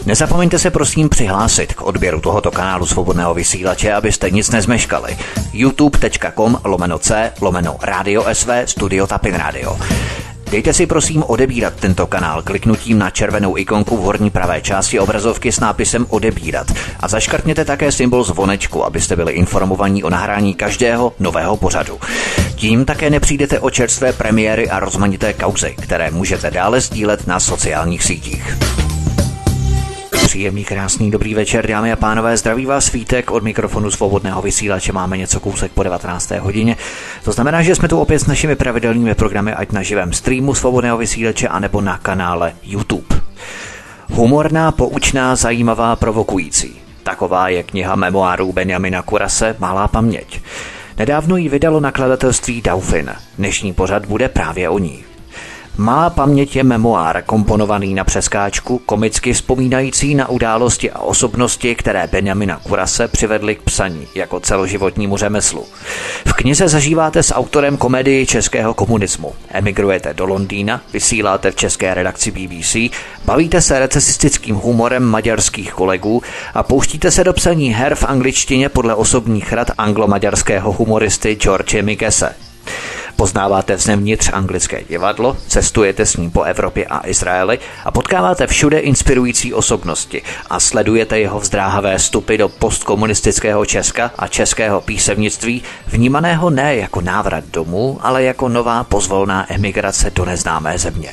Nezapomeňte se prosím přihlásit k odběru tohoto kanálu Svobodného vysílače, abyste nic nezmeškali. youtube.com/c/Radio SV Studio Tapin Radio. Dejte si prosím odebírat tento kanál kliknutím na červenou ikonku v horní pravé části obrazovky s nápisem odebírat a zaškrtněte také symbol zvonečku, abyste byli informovaní o nahrání každého nového pořadu. Tím také nepřijdete o čerstvé premiéry a rozmanité kauzy, které můžete dále sdílet na sociálních sítích. Příjemný, krásný, dobrý večer, dámy a pánové, zdraví vás Vítek, od mikrofonu Svobodného vysílače máme něco kousek po 19. hodině. To znamená, že jsme tu opět s našimi pravidelnými programy, ať na živém streamu Svobodného vysílače, anebo na kanále YouTube. Humorná, poučná, zajímavá, provokující. Taková je kniha memoárů Benjamina Kurase Malá paměť. Nedávno ji vydalo nakladatelství Dauphin. Dnešní pořad bude právě o ní. Malá paměť je memoár komponovaný na přeskáčku, komicky vzpomínající na události a osobnosti, které Benjamina Kurase přivedly k psaní jako celoživotnímu řemeslu. V knize zažíváte s autorem komedii českého komunismu. Emigrujete do Londýna, vysíláte v české redakci BBC, bavíte se recesistickým humorem maďarských kolegů a pouštíte se do psaní her v angličtině podle osobních rad anglo-maďarského humoristy George Mikese. Poznáváte vnitř anglické divadlo, cestujete s ním po Evropě a Izraeli a potkáváte všude inspirující osobnosti a sledujete jeho vzdráhavé vstupy do postkomunistického Česka a českého písemnictví, vnímaného ne jako návrat domů, ale jako nová pozvolná emigrace do neznámé země.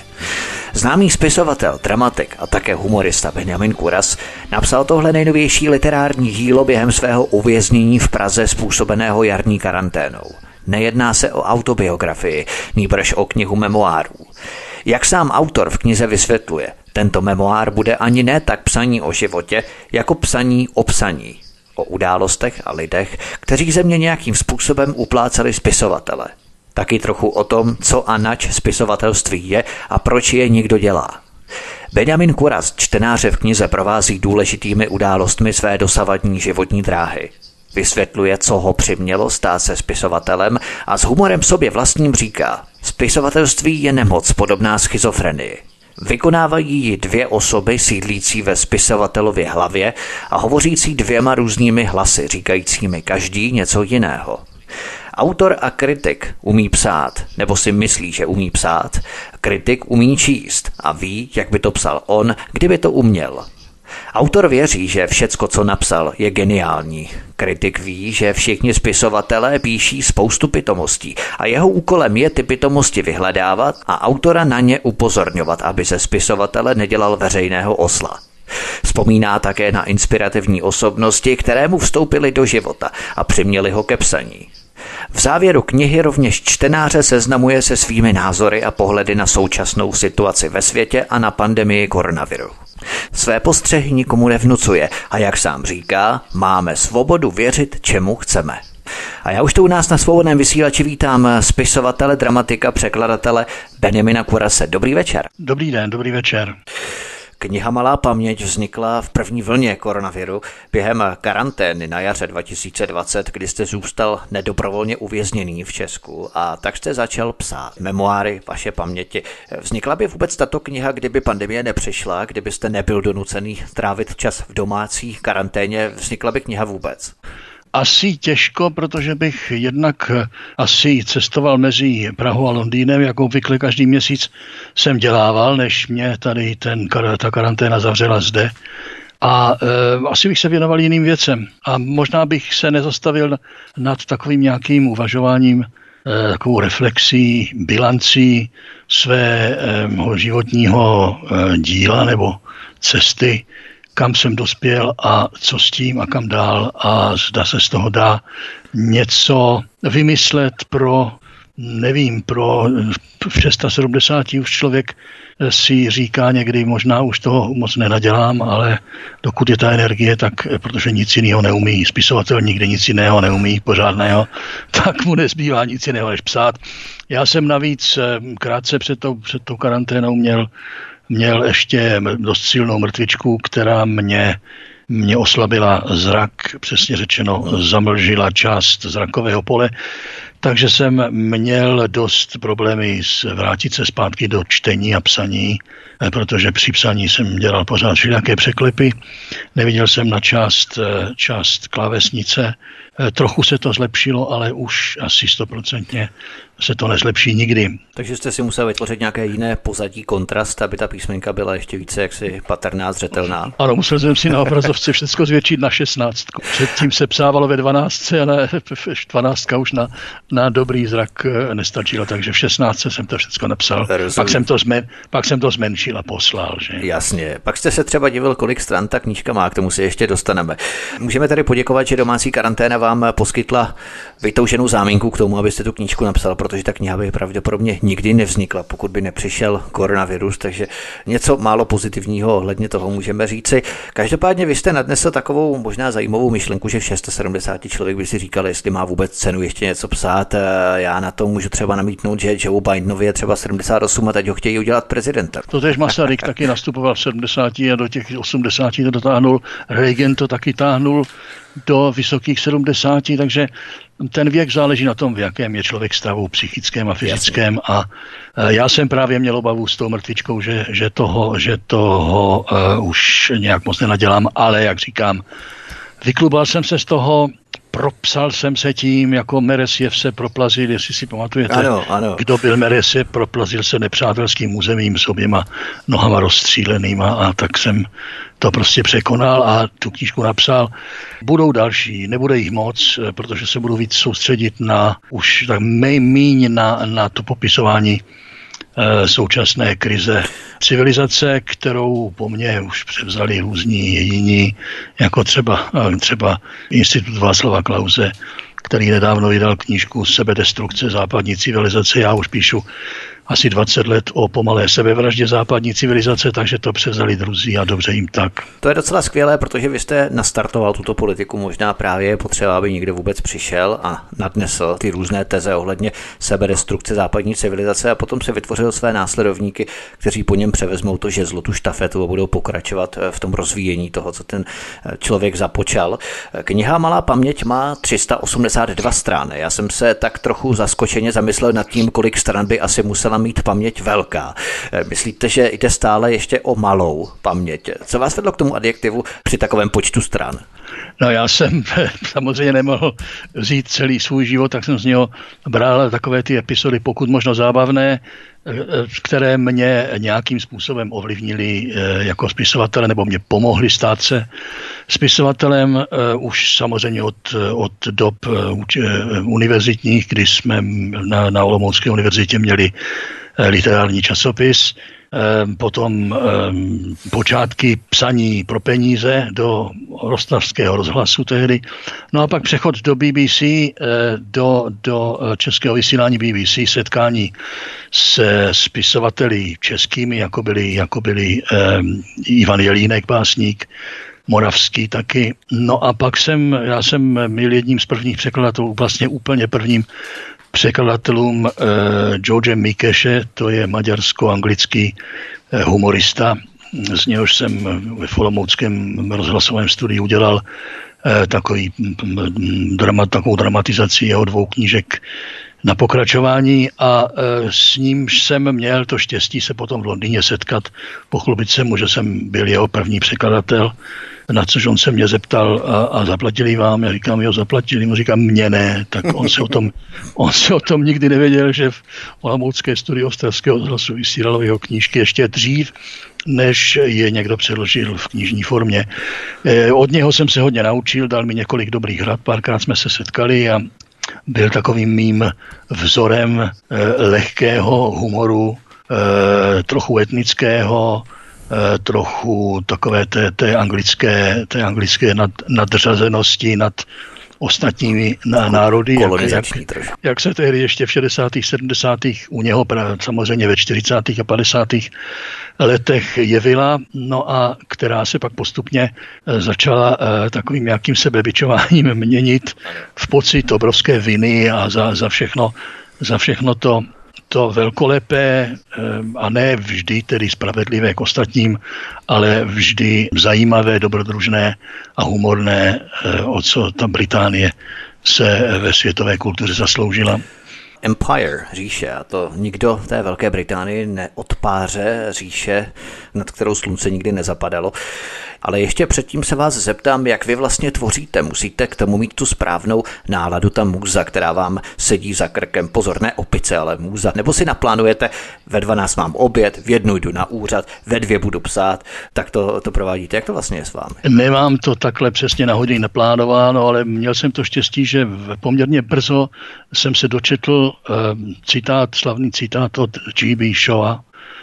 Známý spisovatel, dramatik a také humorista Benjamin Kuras napsal tohle nejnovější literární dílo během svého uvěznění v Praze způsobeného jarní karanténou. Nejedná se o autobiografii, nýbrž o knihu memoárů. Jak sám autor v knize vysvětluje, tento memoár bude ani ne tak psaní o životě, jako psaní o psaní. O událostech a lidech, kteří ze mě nějakým způsobem uplácali spisovatele. Taky trochu o tom, co a nač spisovatelství je a proč je někdo dělá. Benjamin Kuras čtenáře v knize provází důležitými událostmi své dosavadní životní dráhy. Vysvětluje, co ho přimělo stát se spisovatelem a s humorem sobě vlastním říká: spisovatelství je nemoc podobná schizofrenii. Vykonávají ji dvě osoby sídlící ve spisovatelově hlavě a hovořící dvěma různými hlasy, říkajícími každý něco jiného. Autor a kritik umí psát, nebo si myslí, že umí psát. Kritik umí číst a ví, jak by to psal on, kdyby to uměl. Autor věří, že všecko, co napsal, je geniální. Kritik ví, že všichni spisovatelé píší spoustu pitomostí a jeho úkolem je ty pitomosti vyhledávat a autora na ně upozorňovat, aby se spisovatele nedělal veřejného osla. Vzpomíná také na inspirativní osobnosti, které mu vstoupily do života a přiměly ho ke psaní. V závěru knihy rovněž čtenáře seznamuje se svými názory a pohledy na současnou situaci ve světě a na pandemii koronaviru. Své postřehy nikomu nevnucuje a jak sám říká, máme svobodu věřit, čemu chceme. A já už tu u nás na Svobodném vysílači vítám spisovatele, dramatika, překladatele Benjamina Kurase. Dobrý večer. Dobrý den, dobrý večer. Kniha Malá paměť vznikla v první vlně koronaviru během karantény na jaře 2020, kdy jste zůstal nedobrovolně uvězněný v Česku a tak jste začal psát memoáry vaše paměti. Vznikla by vůbec tato kniha, kdyby pandemie nepřišla, kdybyste nebyl donucený trávit čas v domácí karanténě, vznikla by kniha vůbec? Asi těžko, protože bych jednak asi cestoval mezi Prahou a Londýnem, jako obvykle každý měsíc jsem dělával, než mě tady ta karanténa zavřela zde. A asi bych se věnoval jiným věcem. A možná bych se nezastavil nad takovým nějakým uvažováním, takovou reflexí, bilancí svého životního díla nebo cesty, kam jsem dospěl a co s tím a kam dál a zda se z toho dá něco vymyslet pro 670 už člověk si říká někdy, možná už toho moc nenadělám, ale dokud je ta energie, tak protože nic jiného neumí, spisovatel nikdy nic jiného neumí, pořádného, tak mu nezbývá nic jiného než psát. Já jsem navíc krátce před tou karanténou měl ještě dost silnou mrtvičku, která mě oslabila zrak, přesně řečeno zamlžila část zrakového pole, Takže jsem měl dost problémy vrátit se zpátky do čtení a psaní, protože při psaní jsem dělal pořád všelijaké překlepy. Neviděl jsem na část klávesnice. Trochu se to zlepšilo, ale už asi 100% se to nezlepší nikdy. Takže jste si musel vytvořit nějaké jiné pozadí, kontrast, aby ta písmenka byla ještě více jaksi patrná, zřetelná. Ano, musel jsem si na obrazovce všechno zvětšit na 16. Předtím se psávalo ve 12, ale 12 už na dobrý zrak nestačilo, takže v 16 jsem to všechno napsal. Pak jsem to zmenšil a poslal. Že? Jasně. Pak jste se třeba divil, kolik stran ta knížka má, k tomu se ještě dostaneme. Můžeme tady poděkovat, že domácí karanténa vám poskytla vytouženou záminku k tomu, abyste tu knížku napsal, protože ta kniha by pravděpodobně nikdy nevznikla, pokud by nepřišel koronavirus, takže něco málo pozitivního ohledně toho můžeme říci. Každopádně vy jste nadnesl takovou možná zajímavou myšlenku, že v 670 člověk by si říkal, jestli má vůbec cenu ještě něco psát. Já na to můžu třeba namítnout, že Joe Bidenovi je třeba 78 a teď ho chtějí udělat prezidenta. Totež Masaryk taky nastupoval v 70 a do těch 80 to dotáhnul, Reagan to taky táhnul do vysokých 70, takže ten věk záleží na tom, v jakém je člověk stavu psychickém a fyzickém. A já jsem právě měl obavu s tou mrtvičkou, že toho už nějak moc nenadělám, ale jak říkám, vyklubal jsem se z toho, propsal jsem se tím, jako Meresjev se proplazil, jestli si pamatujete, ano. Kdo byl Meresjev, proplazil se nepřátelským územím s oběma nohama rozstřílenýma a tak jsem to prostě překonal a tu knížku napsal. Budou další, nebude jich moc, protože se budu víc soustředit na už tak míň na to popisování současné krize civilizace, kterou po mně už převzali různí jiní, jako třeba Institut Václava Klause, který nedávno vydal knížku Sebedestrukce západní civilizace. Já už píšu asi 20 let o pomalé sebevraždě západní civilizace, takže to převzali druzí a dobře jim tak. To je docela skvělé, protože vy jste nastartoval tuto politiku, možná právě je potřeba, aby někdo vůbec přišel a nadnesl ty různé teze ohledně sebedestrukce západní civilizace a potom se vytvořil své následovníky, kteří po něm převezmou to žezlo, tu štafetu a budou pokračovat v tom rozvíjení toho, co ten člověk započal. Kniha Malá paměť má 382 stran. Já jsem se tak trochu zaskočeně zamyslel nad tím, kolik stran by asi musela mít paměť velká. Myslíte, že jde stále ještě o malou paměť? Co vás vedlo k tomu adjektivu při takovém počtu stran? No já jsem samozřejmě nemohl vzít celý svůj život, tak jsem z něho bral takové ty epizody, pokud možno zábavné, které mě nějakým způsobem ovlivnili jako spisovatele, nebo mě pomohly stát se spisovatelem už samozřejmě od dob univerzitních, kdy jsme na Olomoucké univerzitě měli literární časopis, potom počátky psaní pro peníze do Rostlavského rozhlasu tehdy. No a pak přechod do BBC, do českého vysílání BBC, setkání se spisovateli českými, jako byli Ivan Jelínek, básník, Moravský taky. No a pak já jsem byl jedním z prvních překladatelů, vlastně úplně prvním překladatelům George Mikeše, to je maďarsko-anglický humorista, z něhož jsem v olomouckém rozhlasovém studiu udělal takovou dramatizaci jeho 2 knížek na pokračování a s nímž jsem měl to štěstí se potom v Londýně setkat, pochlubit se mu, že jsem byl jeho první překladatel, na což on se mě zeptal a zaplatili vám? Já říkám, jo, zaplatili. On říká, mě ne. Tak on se o tom nikdy nevěděl, že v olomoucké studiu Ostravského rozhlasu vysílalo jeho knížky ještě dřív, než je někdo přeložil v knižní formě. Od něho jsem se hodně naučil, dal mi několik dobrých rad, párkrát jsme se setkali a byl takovým mým vzorem lehkého humoru, trochu etnického, trochu takové té anglické nadřazenosti nad ostatními národy, jak se tehdy ještě v 60. 70. u něho samozřejmě ve 40. a 50. letech jevila, no a která se pak postupně začala takovým nějakým sebebičováním měnit v pocit obrovské viny a za všechno to velkolepé a ne vždy tedy spravedlivé k ostatním, ale vždy zajímavé, dobrodružné a humorné, o co ta Británie se ve světové kultuře zasloužila. Empire, říše, a to nikdo v té Velké Británii neodpáře, říše, nad kterou slunce nikdy nezapadalo. Ale ještě předtím se vás zeptám, jak vy vlastně tvoříte. Musíte k tomu mít tu správnou náladu, ta můza, která vám sedí za krkem. Pozor, ne opice, ale můza. Nebo si naplánujete, ve 12 mám oběd, v 1 jdu na úřad, ve 2 budu psát. Tak to provádíte. Jak to vlastně je s vámi? Nemám to takhle přesně na hodiny naplánováno, ale měl jsem to štěstí, že poměrně brzo jsem se dočetl slavný citát od G.B. Shawa.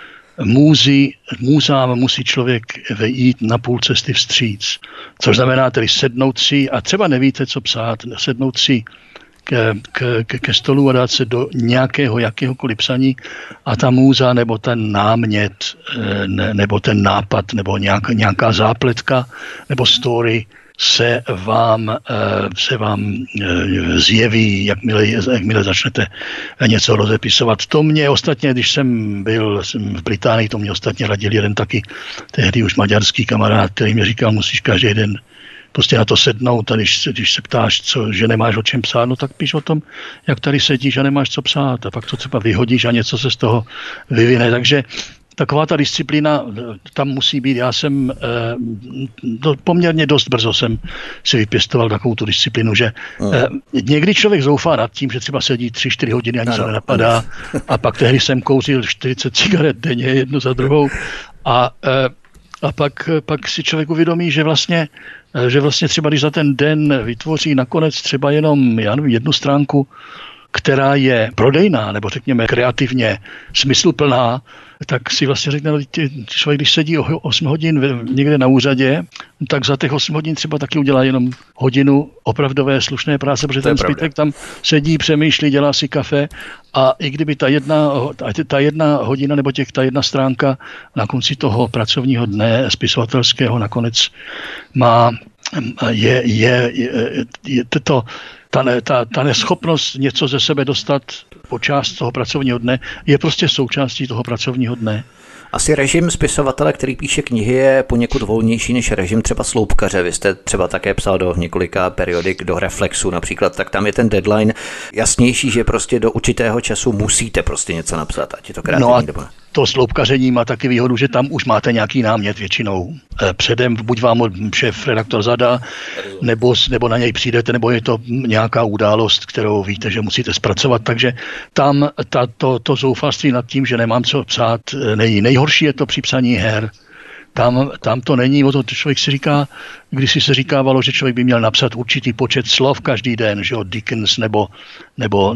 Můzám musí člověk jít na půl cesty vstříc. Což znamená tedy sednout si, a třeba nevíte, co psát, sednout si ke stolu a dát se do jakéhokoliv psaní a ta můza nebo ten námět nebo ten nápad nebo nějaká zápletka nebo story se vám zjeví, jakmile začnete něco rozepisovat. To mě ostatně, když jsem byl v Británii, to mě ostatně radil jeden taky tehdy už maďarský kamarád, který mi říkal, musíš každý den prostě na to sednout, a když se ptáš, že nemáš o čem psát, no tak píš o tom, jak tady sedíš a nemáš co psát a pak to třeba vyhodíš a něco se z toho vyvine. Takže taková ta disciplína tam musí být. Já jsem poměrně dost brzo jsem si vypěstoval takovou tu disciplínu, že někdy člověk zoufá nad tím, že třeba sedí 3-4 hodiny, ani se nenapadá a pak tehdy jsem kouřil 40 cigaret denně, jednu za druhou a pak si člověk uvědomí, že vlastně třeba když za ten den vytvoří nakonec třeba jenom, já nevím, 1 stránku, která je prodejná, nebo řekněme kreativně smysluplná, tak si vlastně řekne, no, člověk, když sedí 8 hodin někde na úřadě, tak za těch 8 hodin třeba taky udělá jenom hodinu opravdové slušné práce, protože ten zbytek tam sedí, přemýšlí, dělá si kafe a i kdyby ta jedna hodina nebo ta 1 stránka na konci toho pracovního dne spisovatelského nakonec má ta neschopnost něco ze sebe dostat po část toho pracovního dne je prostě součástí toho pracovního dne. Asi režim spisovatele, který píše knihy, je poněkud volnější než režim třeba sloupkaře. Vy jste třeba také psal do několika periodik, do Reflexu například, tak tam je ten deadline jasnější, že prostě do určitého času musíte prostě něco napsat, ať je to kreativní nebo ne. To sloupkaření má taky výhodu, že tam už máte nějaký námět většinou. Předem buď vám šéf redaktor zadá, nebo na něj přijdete, nebo je to nějaká událost, kterou víte, že musíte zpracovat. Takže tam to zoufalství nad tím, že nemám co psát, není. Nejhorší je to při psaní her. Tam to není, o to člověk si říká, když si se říkávalo, že člověk by měl napsat určitý počet slov každý den, že od Dickens nebo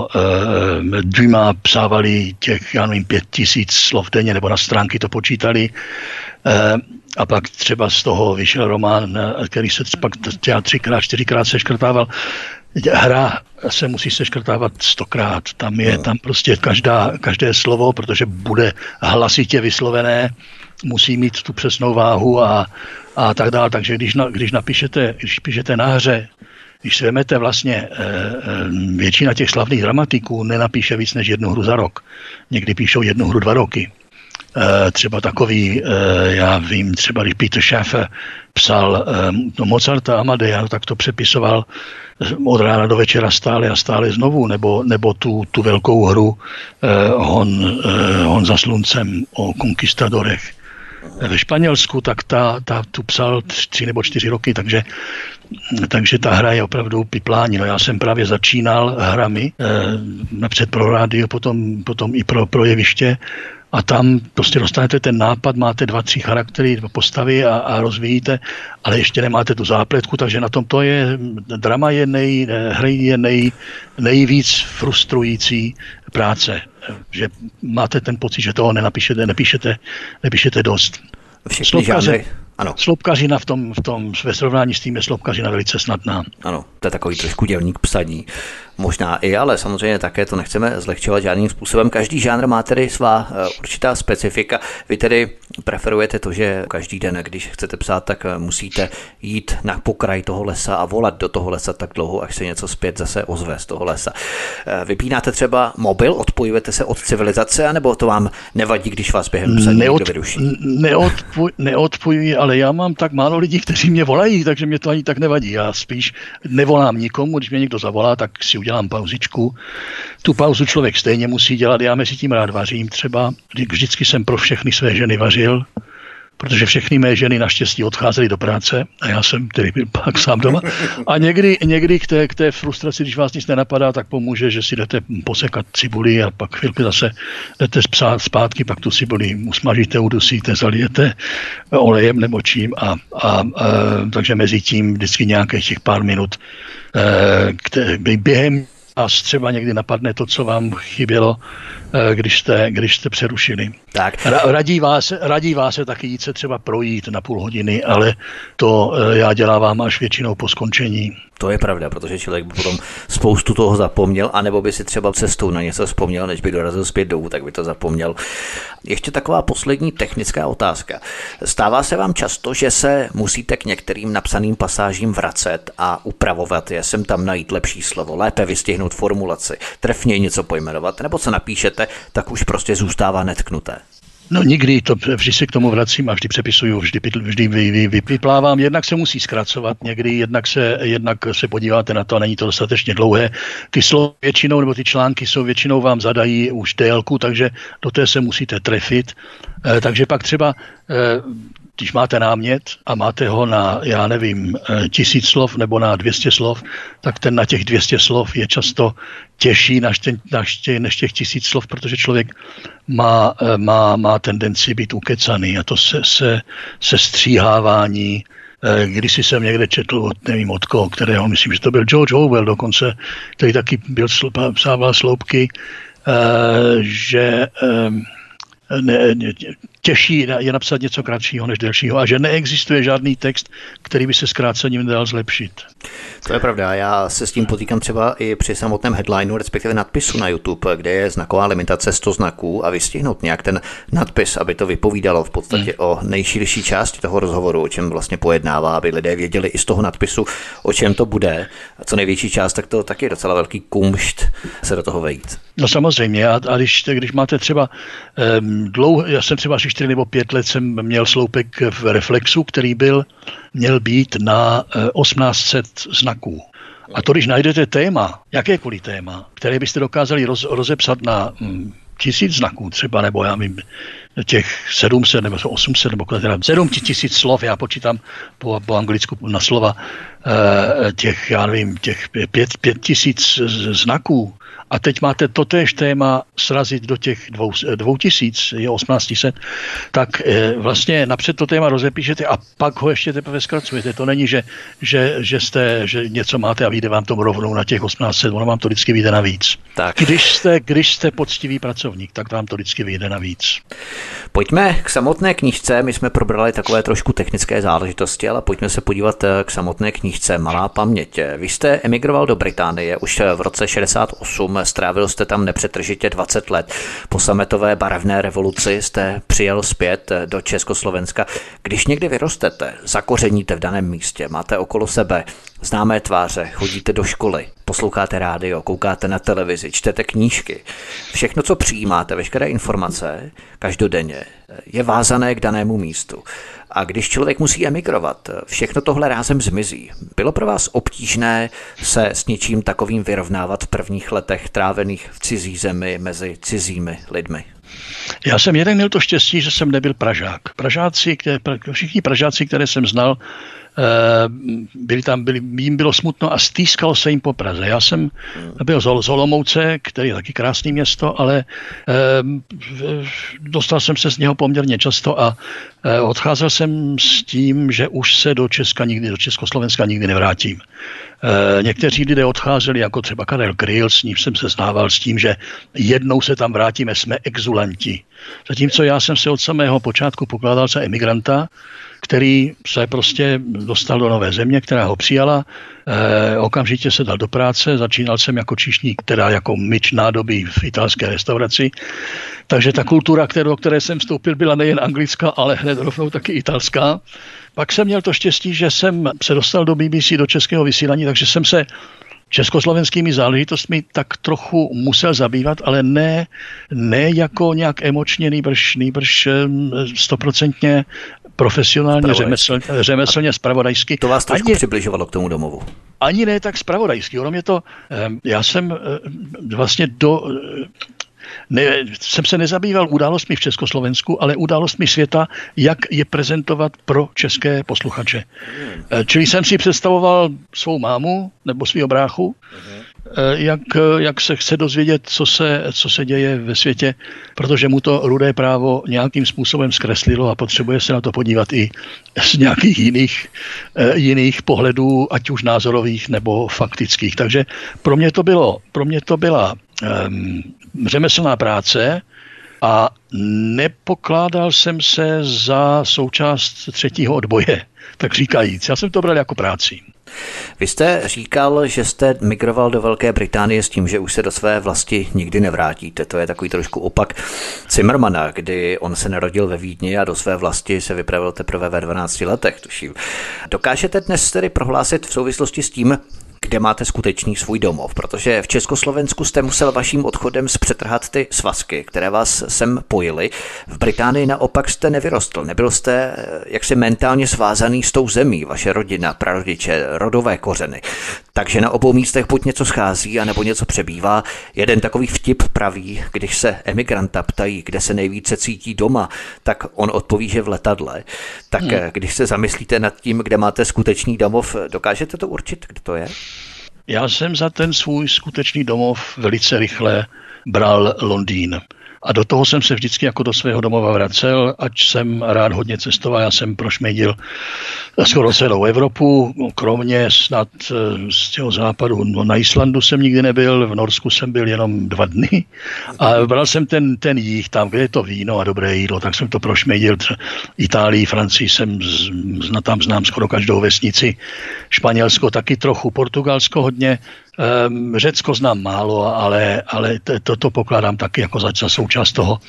Dumas psávali těch, já nevím, 5000 slov denně, nebo na stránky to počítali. A pak třeba z toho vyšel román, který se pak 3x, 4x seškrtával. Hra se musí seškrtávat 100krát. Tam prostě každé slovo, protože bude hlasitě vyslovené, musí mít tu přesnou váhu a tak dále. Takže když píšete na hře, když si vezmete vlastně většina těch slavných dramatiků nenapíše víc než 1 hru za rok. Někdy píšou 1 hru 2 roky. Třeba takový, já vím, třeba když Peter Schaffer psal Mozarta a Amadea, tak to přepisoval od rána do večera stále a stále znovu, nebo tu velkou hru Hon za sluncem o konkistadorech ve Španělsku, tak tu psal 3 nebo 4 roky, takže ta hra je opravdu piplání. No, já jsem právě začínal hrami, napřed pro rádio, potom i pro jeviště, a tam prostě dostanete ten nápad, máte 2-3 charaktery, postavy a rozvíjíte, ale ještě nemáte tu zápletku, takže na tom to je, drama je nejvíc frustrující práce, že máte ten pocit, že toho nepíšete dost. Sloupkařina ve srovnání s tím je sloupkařina velice snadná. Ano, to je takový trošku dělník psaní. Možná i, ale samozřejmě také to nechceme zlehčovat žádným způsobem. Každý žánr má tedy svá určitá specifika. Vy tedy preferujete to, že každý den, když chcete psát, tak musíte jít na pokraj toho lesa a volat do toho lesa tak dlouho, až se něco zpět zase ozve z toho lesa. Vypínáte třeba mobil, odpojujete se od civilizace, anebo to vám nevadí, když vás během psaní někdo vyruší? Neodpojuji, ale já mám tak málo lidí, kteří mě volají, takže mě to ani tak nevadí. Já spíš nevolám nikomu, když mě někdo zavolá, tak si udělám pauzičku. Tu pauzu člověk stejně musí dělat, já mezi tím rád vařím třeba. Vždycky jsem pro všechny své ženy vařil, protože všechny mé ženy naštěstí odcházely do práce a já jsem tedy byl pak sám doma. A někdy k té frustraci, když vás nic nenapadá, tak pomůže, že si jdete posekat cibuli a pak chvilku zase jdete zpátky, pak tu cibuli usmažíte, udusíte, zalijete olejem nebo čím a takže mezi tím vždycky nějakých těch pár minut během vás třeba někdy napadne to, co vám chybělo, když jste přerušili. Tak. Radí vás se taky jít se třeba projít na půl hodiny, ale to já dělávám až většinou po skončení. To je pravda, protože člověk by potom spoustu toho zapomněl, anebo by si třeba cestou na něco vzpomněl, než by dorazil zpět domů, tak by to zapomněl. Ještě taková poslední technická otázka. Stává se vám často, že se musíte k některým napsaným pasážím vracet a upravovat je, sem tam najít lepší slovo, lépe vystihnout formulaci, trefně něco pojmenovat, nebo co napíšete, tak už prostě zůstává netknuté? No nikdy, vždy se k tomu vracím a vždy přepisuju, vždy vyplávám. Jednak se musí zkracovat někdy, jednak se podíváte na to a není to dostatečně dlouhé. Ty slova většinou, nebo ty články jsou většinou vám zadají už délku, takže do té se musíte trefit. Takže pak třeba když máte námět a máte ho na, 1000 slov nebo na 200 slov, tak ten na těch 200 slov je často těžší než těch 1000 slov, protože člověk má tendenci být ukecaný a to se stříhávání. Kdysi jsem někde četl, nevím od koho, kterého, myslím, že to byl George Orwell dokonce, který taky psával sloupky, že těžší je napsat něco kratšího než delšího a že neexistuje žádný text, který by se zkrácením dal zlepšit. To je pravda, já se s tím potýkám třeba i při samotném headlineu, respektive nadpisu na YouTube, kde je znaková limitace 100 znaků a vystihnout nějak ten nadpis, aby to vypovídalo v podstatě o nejširší části toho rozhovoru, o čem vlastně pojednává, aby lidé věděli i z toho nadpisu, o čem to bude. A co největší část, tak to taky je docela velký kumšt se do toho vejít. No samozřejmě, a když máte třeba já jsem třeba 4 nebo 5 let jsem měl sloupek v Reflexu, který měl být na 1800 znaků. A to, když najdete téma, jakékoliv téma, které byste dokázali rozepsat na 1000 znaků třeba, nebo já vím, těch 700 nebo 800 nebo 7000 slov, já počítám po anglicku na slova, těch 5000 znaků. A teď máte totéž téma srazit do těch 2000, je 1800, tak vlastně napřed to téma rozepíšete a pak ho ještě teprve zkracujete. To není, že něco máte a vyjde vám to rovnou na těch 1800, ono vám to vždycky vyjde navíc. Tak. Když jste poctivý pracovník, tak vám to vždycky vyjde navíc. Pojďme k samotné knížce, my jsme probrali takové trošku technické záležitosti, ale pojďme se podívat k samotné knížce Malá paměť. Vy jste emigroval do Británie už v roce 68, strávil jste tam nepřetržitě 20 let. Po sametové barevné revoluci jste přijel zpět do Československa. Když někdy vyrostete, zakořeníte v daném místě, máte okolo sebe známé tváře, chodíte do školy, posloucháte rádio, koukáte na televizi, čtete knížky. Všechno, co přijímáte, veškeré informace, každodenně, je vázané k danému místu. A když člověk musí emigrovat, všechno tohle rázem zmizí. Bylo pro vás obtížné se s něčím takovým vyrovnávat v prvních letech trávených v cizí zemi mezi cizími lidmi? Já jsem jeden měl to štěstí, že jsem nebyl Pražák. Všichni Pražáci, které jsem znal, jim bylo smutno a stýskalo se jim po Praze. Já jsem byl z Olomouce, který je taky krásné město, ale dostal jsem se z něho poměrně často a odcházel jsem s tím, že už se do Československa nikdy nevrátím. Někteří lidé odcházeli, jako třeba Karel Kryl, s ním jsem se znával s tím, že jednou se tam vrátíme, jsme exulanti. Zatímco já jsem se od samého počátku pokládal za emigranta, který se prostě dostal do nové země, která ho přijala. Okamžitě se dal do práce, začínal jsem jako číšník, teda jako myč nádobí v italské restauraci. Takže ta kultura, do které jsem vstoupil, byla nejen anglická, ale hned rovnou taky italská. Pak jsem měl to štěstí, že jsem se dostal do BBC, do českého vysílání, takže jsem se československými záležitostmi tak trochu musel zabývat, ale ne jako nějak emočně, nýbrž 100% profesionálně, řemeslně, zpravodajsky. To vás trošku přibližovalo k tomu domovu. Ani ne tak zpravodajsky. Ono mě to, já jsem vlastně jsem se nezabýval událostmi v Československu, ale událostmi světa, jak je prezentovat pro české posluchače. Čili jsem si představoval svou mámu nebo svýho bráchu, jak se chce dozvědět, co se děje ve světě, protože mu to Rudé právo nějakým způsobem zkreslilo a potřebuje se na to podívat i z nějakých jiných pohledů, ať už názorových nebo faktických. Takže pro mě to byla řemeslná práce a nepokládal jsem se za součást třetího odboje, tak říkajíc. Já jsem to bral jako práci. Vy jste říkal, že jste migroval do Velké Británie s tím, že už se do své vlasti nikdy nevrátíte. To je takový trošku opak Zimmermana, kdy on se narodil ve Vídni a do své vlasti se vypravil teprve ve 12 letech, tuším. Dokážete dnes tedy prohlásit v souvislosti s tím, kde máte skutečný svůj domov, protože v Československu jste musel vaším odchodem zpřetrhat ty svazky, které vás sem pojily. V Británii naopak jste nevyrostl, nebyl jste jaksi mentálně svázaný s tou zemí, vaše rodina, prarodiče, rodové kořeny. Takže na obou místech buď něco schází, anebo něco přebývá. Jeden takový vtip praví, když se emigranta ptají, kde se nejvíce cítí doma, tak on odpoví, že v letadle. Tak když se zamyslíte nad tím, kde máte skutečný domov, dokážete to určit, kde to je? Já jsem za ten svůj skutečný domov velice rychle bral Londýn. A do toho jsem se vždycky jako do svého domova vracel, ať jsem rád hodně cestoval. Já jsem prošmědil skoro celou Evropu, kromě snad z toho západu. No, na Islandu jsem nikdy nebyl, v Norsku jsem byl jenom 2 dny. A bral jsem ten jih tam, kde je to víno a dobré jídlo, tak jsem to prošmědil. Itálii, Francii tam znám skoro každou vesnici. Španělsko taky trochu, Portugalsko hodně. Řecko znám málo, ale to pokládám taky jako za součást toho.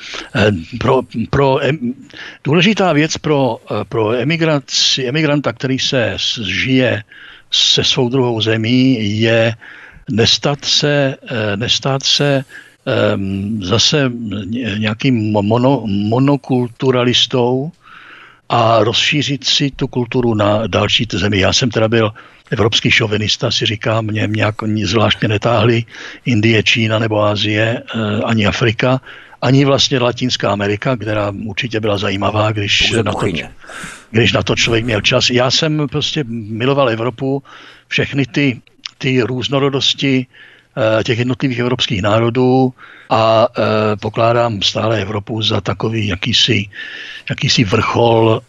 Důležitá věc pro emigranta, který se žije se svou druhou zemí, je nestát se zase nějakým monokulturalistou a rozšířit si tu kulturu na další zemi. Já jsem teda byl evropský šovinista, si říkám, mě nějak zvláštně netáhly Indie, Čína nebo Asie, ani Afrika, ani vlastně Latinská Amerika, která určitě byla zajímavá, když na to člověk měl čas. Já jsem prostě miloval Evropu, všechny ty různorodosti těch jednotlivých evropských národů a pokládám stále Evropu za takový jakýsi vrchol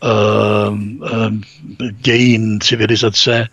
dějin civilizace,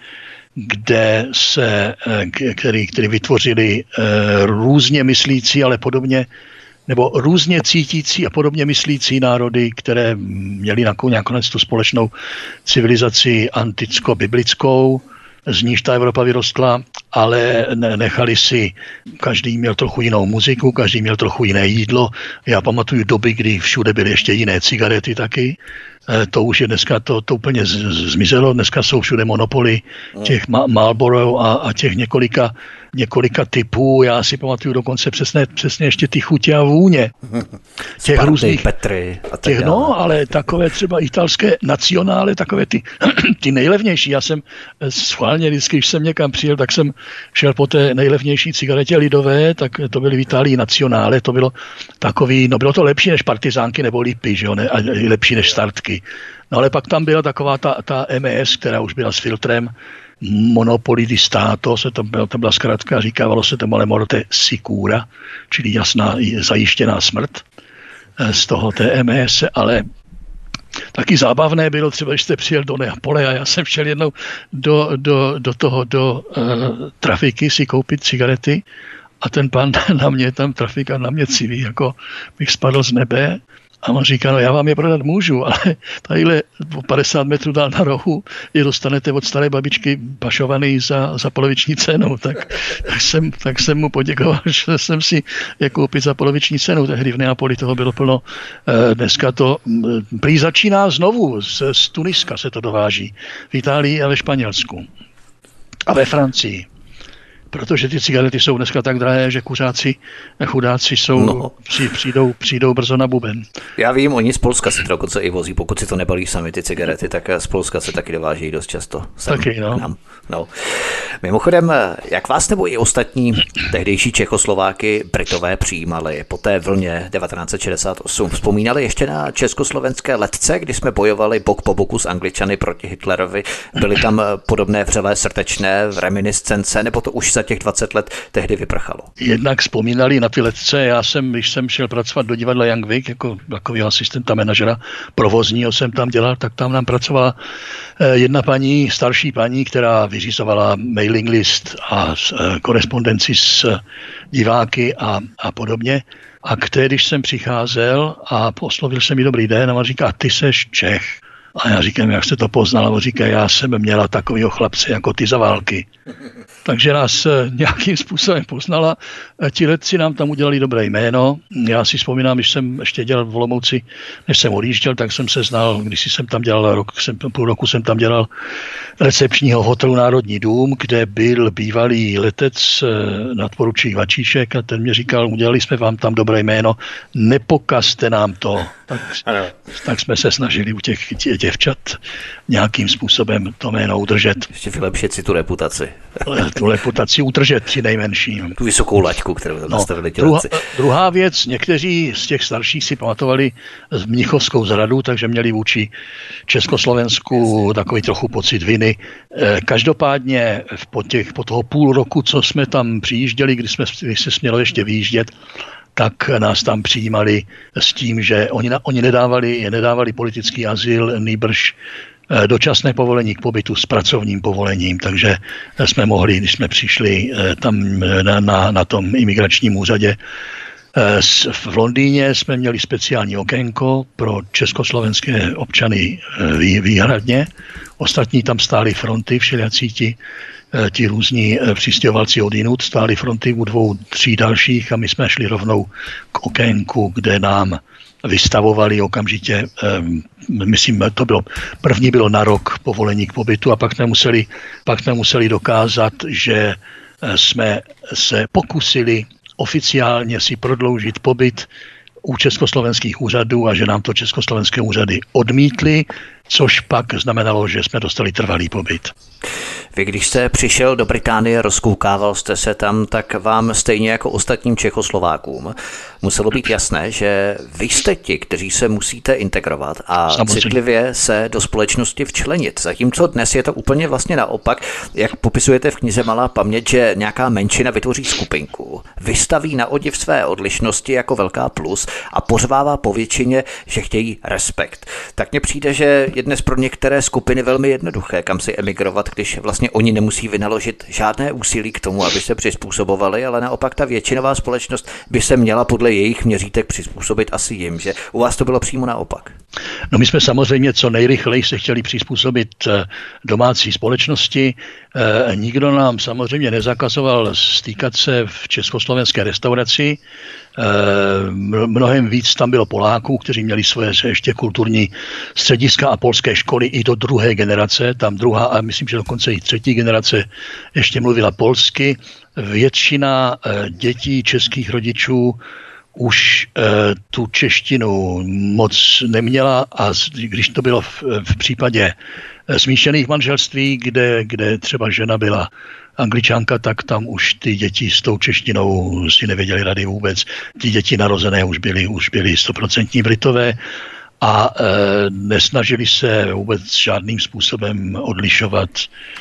který vytvořili různě myslící, ale podobně, nebo různě cítící a podobně myslící národy, které měly nakonec tu společnou civilizaci anticko-biblickou, z níž ta Evropa vyrostla, ale nechali si, každý měl trochu jinou muziku, každý měl trochu jiné jídlo. Já pamatuju doby, kdy všude byly ještě jiné cigarety taky. To už je dneska, to úplně zmizelo. Dneska jsou všude monopoly těch Marlboro a těch několika typů. Já si pamatuju dokonce přesně ještě ty chutě a vůně. Těch Sparty, různých Petry a tak dále. No, ale takové třeba italské nacionále, takové ty nejlevnější. Já jsem schválně vždycky, když jsem někam přijel, tak jsem šel po té nejlevnější cigaretě lidové, tak to byly v Itálii nacionále, to bylo takový, no bylo to lepší než partizánky nebo lipy, že jo, ne, a lepší než startky. No ale pak tam byla taková ta MES, která už byla s filtrem, Monopoli di Stato, to byla zkrátka, říkávalo se to male morte sicura, čili jasná, zajištěná smrt z toho té MES, ale taky zábavné bylo třeba, když jste přijel do Neapole a já jsem šel jednou do trafiky si koupit cigarety a ten pán na mě, tam trafika na mě civí, jako bych spadl z nebe A on říká, no já vám je prodat můžu, ale tadyhle 50 metrů dál na rohu je dostanete od staré babičky pašovaný za poloviční cenu. Tak jsem mu poděkoval, že jsem si je koupit za poloviční cenu. Tehdy v Neapoli toho bylo plno. Dneska to prý začíná znovu. Z Tuniska se to dováží. V Itálii a ve Španělsku. A ve Francii. Protože ty cigarety jsou dneska tak drahé, že chudáci přijdou brzo na buben. Já vím, oni z Polska si to dokonce i vozí, pokud si to nebalí sami ty cigarety, tak z Polska se taky dováží dost často. Taky, no. K nám. No. Mimochodem, jak vás nebo i ostatní tehdejší Čechoslováky Britové přijímali po té vlně 1968? Vzpomínali ještě na československé letce, kdy jsme bojovali bok po boku s Angličany proti Hitlerovi? Byly tam podobné vřelé srdečné reminiscence, nebo to už za těch 20 let tehdy vyprchalo? Jednak vzpomínali na ty letce. Když jsem šel pracovat do divadla Young Vic jako takového asistenta manažera provozního jsem tam dělal, tak tam nám pracovala jedna starší paní, která vyřizovala mailing list a korespondenci s diváky a podobně. A když jsem přicházel a oslovil jsem jí dobrý den a on říká, ty seš Čech. A já říkám, jak jste to poznal? A on říká, já jsem měla takovýho chlapce jako ty za války. Takže nás nějakým způsobem poznala. Ti letci nám tam udělali dobré jméno. Já si vzpomínám, když jsem ještě dělal v Olomouci, než jsem odjížděl, tak jsem se znal, když jsem tam dělal půl roku jsem tam dělal recepčního hotelu Národní dům, kde byl bývalý letec nadporučík Vačíšek a ten mě říkal, udělali jsme vám tam dobré jméno, nepokazte nám to. Tak jsme se snažili u těch děvčat nějakým způsobem to jméno udržet. Ještě vylepšit si tu reputaci. Tu reputaci udržet při nejmenším. Tu vysokou laťku, kterou tam nastavili ti letci. Druhá věc, někteří z těch starších si pamatovali Mnichovskou zradu, takže měli vůči Československu takový trochu pocit viny. Každopádně po toho půl roku, co jsme tam přijížděli, když se smělo ještě vyjíždět, tak nás tam přijímali s tím, že oni nedávali politický azyl, nýbrž dočasné povolení k pobytu s pracovním povolením, takže jsme mohli, když jsme přišli tam na tom imigračním úřadě v Londýně, jsme měli speciální okénko pro československé občany výhradně. Ostatní tam stály fronty, všelijací ti různí přistěhovalci odjinud stáli fronty u 2, 3 dalších a my jsme šli rovnou k okénku, kde nám vystavovali okamžitě, myslím, první bylo na rok povolení k pobytu a pak jsme museli dokázat, že jsme se pokusili oficiálně si prodloužit pobyt u československých úřadů a že nám to československé úřady odmítly, což pak znamenalo, že jsme dostali trvalý pobyt. Vy, když jste přišel do Británie, rozkoukával jste se tam, tak vám stejně jako ostatním Čechoslovákům muselo být jasné, že vy jste ti, kteří se musíte integrovat a citlivě se do společnosti včlenit. Zatímco dnes je to úplně vlastně naopak, jak popisujete v knize Malá paměť, že nějaká menšina vytvoří skupinku, vystaví na odiv své odlišnosti jako velká plus a pořvává po většině, že chtějí respekt. Tak mně přijde, že je dnes pro některé skupiny velmi jednoduché, kam si emigrovat, když vlastně oni nemusí vynaložit žádné úsilí k tomu, aby se přizpůsobovali, ale naopak ta většinová společnost by se měla podle jejich měřítek přizpůsobit asi jim, že u vás to bylo přímo naopak. No my jsme samozřejmě co nejrychleji se chtěli přizpůsobit domácí společnosti. Nikdo nám samozřejmě nezakazoval stýkat se v československé restauraci. Mnohem víc tam bylo Poláků, kteří měli svoje ještě kulturní střediska a polské školy i do druhé generace. Tam druhá a myslím, že dokonce i třetí generace ještě mluvila polsky. Většina dětí českých rodičů už tu češtinu moc neměla a když to bylo v případě smíšených manželství, kde třeba žena byla Angličanka, tak tam už ty děti s tou češtinou si nevěděli rady vůbec. Ty děti narozené už byly 100% Britové a nesnažili se vůbec žádným způsobem odlišovat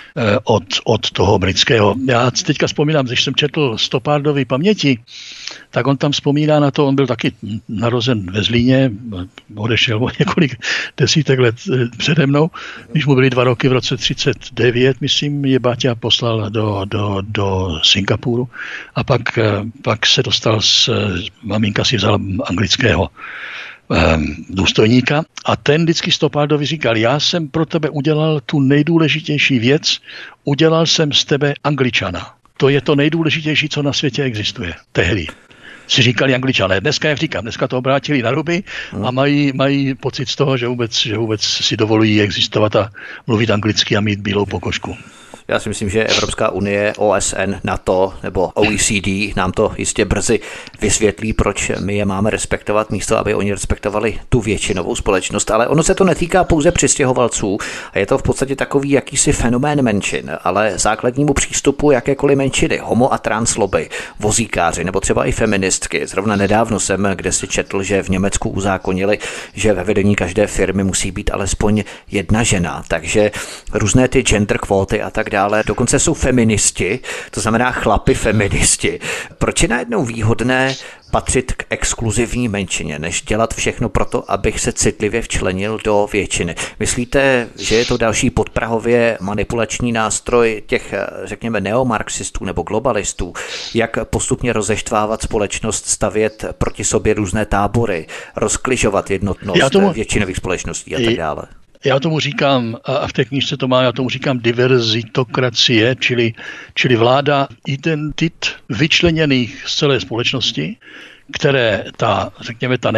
od toho britského. Já teďka vzpomínám, když jsem četl Stoppardovy paměti, tak on tam vzpomíná na to, on byl taky narozen ve Zlíně, odešel o několik desítek let přede mnou, když mu byly 2 roky v roce 39, myslím, je Baťa poslal do Singapuru a pak se dostal maminka si vzala anglického důstojníka a ten vždycky Stoppardovi říkal, já jsem pro tebe udělal tu nejdůležitější věc, udělal jsem z tebe Angličana. To je to nejdůležitější, co na světě existuje. Tehdy si říkali Angličané. Dneska, jak říkám, dneska to obrátili na ruby a mají pocit z toho, že vůbec si dovolují existovat a mluvit anglicky a mít bílou pokožku. Já si myslím, že Evropská unie, OSN, NATO nebo OECD nám to jistě brzy vysvětlí, proč my je máme respektovat místo, aby oni respektovali tu většinovou společnost. Ale ono se to netýká pouze přistěhovalců a je to v podstatě takový jakýsi fenomén menšin, ale základnímu přístupu jakékoliv menšiny, homo a trans lobby, vozíkáři nebo třeba i feministky. Zrovna nedávno jsem kde si četl, že v Německu uzákonili, že ve vedení každé firmy musí být alespoň jedna žena, takže různé ty gender kvóty a tak dále. Dokonce jsou feministi, to znamená chlapi feministi. Proč je najednou výhodné patřit k exkluzivní menšině, než dělat všechno proto, abych se citlivě včlenil do většiny? Myslíte, že je to další podprahově manipulační nástroj těch, řekněme, neomarxistů nebo globalistů, jak postupně rozeštvávat společnost, stavět proti sobě různé tábory, rozkližovat jednotnost většinových společností a tak dále? Já tomu říkám, a v té knížce to má, já tomu říkám diverzitokracie, čili vláda identit vyčleněných z celé společnosti, které ta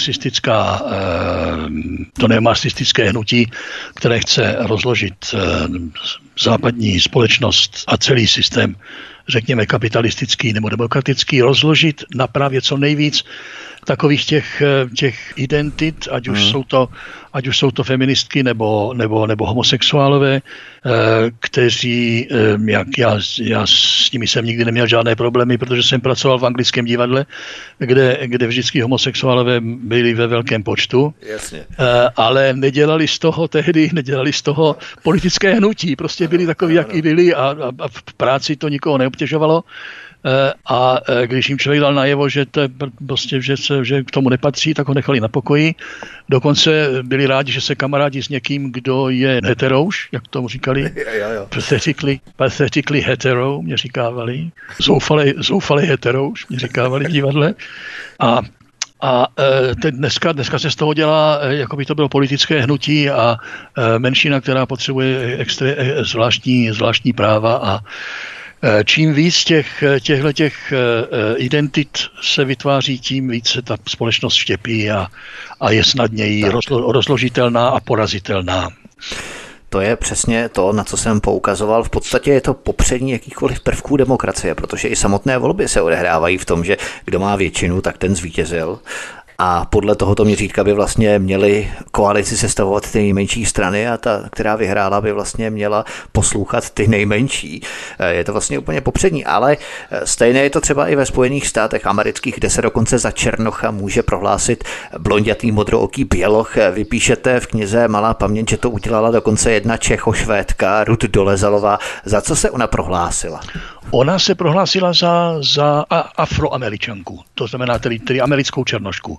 neomarxistické hnutí, které chce rozložit západní společnost a celý systém, řekněme kapitalistický nebo demokratický, rozložit na právě co nejvíc takových těch identit, ať už jsou to feministky nebo homosexuálové, kteří, já s nimi jsem nikdy neměl žádné problémy, protože jsem pracoval v anglickém divadle, kde vždycky homosexuálové byli ve velkém počtu. Jasně. Ale nedělali z toho politické hnutí, prostě byli takoví, jaký byli a v práci to nikoho neobtěžovalo. A když jim člověk dal najevo, že to je prostě, že k tomu nepatří, tak ho nechali na pokoji. Dokonce byli rádi, že se kamarádí s někým, kdo je heterouš, jak tomu říkali. Pathetically hetero, mě říkávali. Zoufalý heterouš, mě říkávali v divadle. A dneska se z toho dělá, jako by to bylo politické hnutí a menšina, která potřebuje zvláštní práva a čím víc těchto identit se vytváří, tím víc se ta společnost štěpí a je snadněji rozložitelná a porazitelná. To je přesně to, na co jsem poukazoval. V podstatě je to popření jakýchkoliv prvků demokracie, protože i samotné volby se odehrávají v tom, že kdo má většinu, tak ten zvítězil. A podle tohoto měřítka by vlastně měly koalici sestavovat ty nejmenší strany a ta, která vyhrála, by vlastně měla poslouchat ty nejmenší. Je to vlastně úplně popřední, ale stejné je to třeba i ve Spojených státech amerických, kde se dokonce za černocha může prohlásit blondětý modrooký běloch. Vypíšete v knize Malá paměť, že to udělala dokonce jedna Čechošvédka, Ruth Dolezalová. Za co se ona prohlásila? Ona se prohlásila za afroameričanku, to znamená tedy americkou černošku.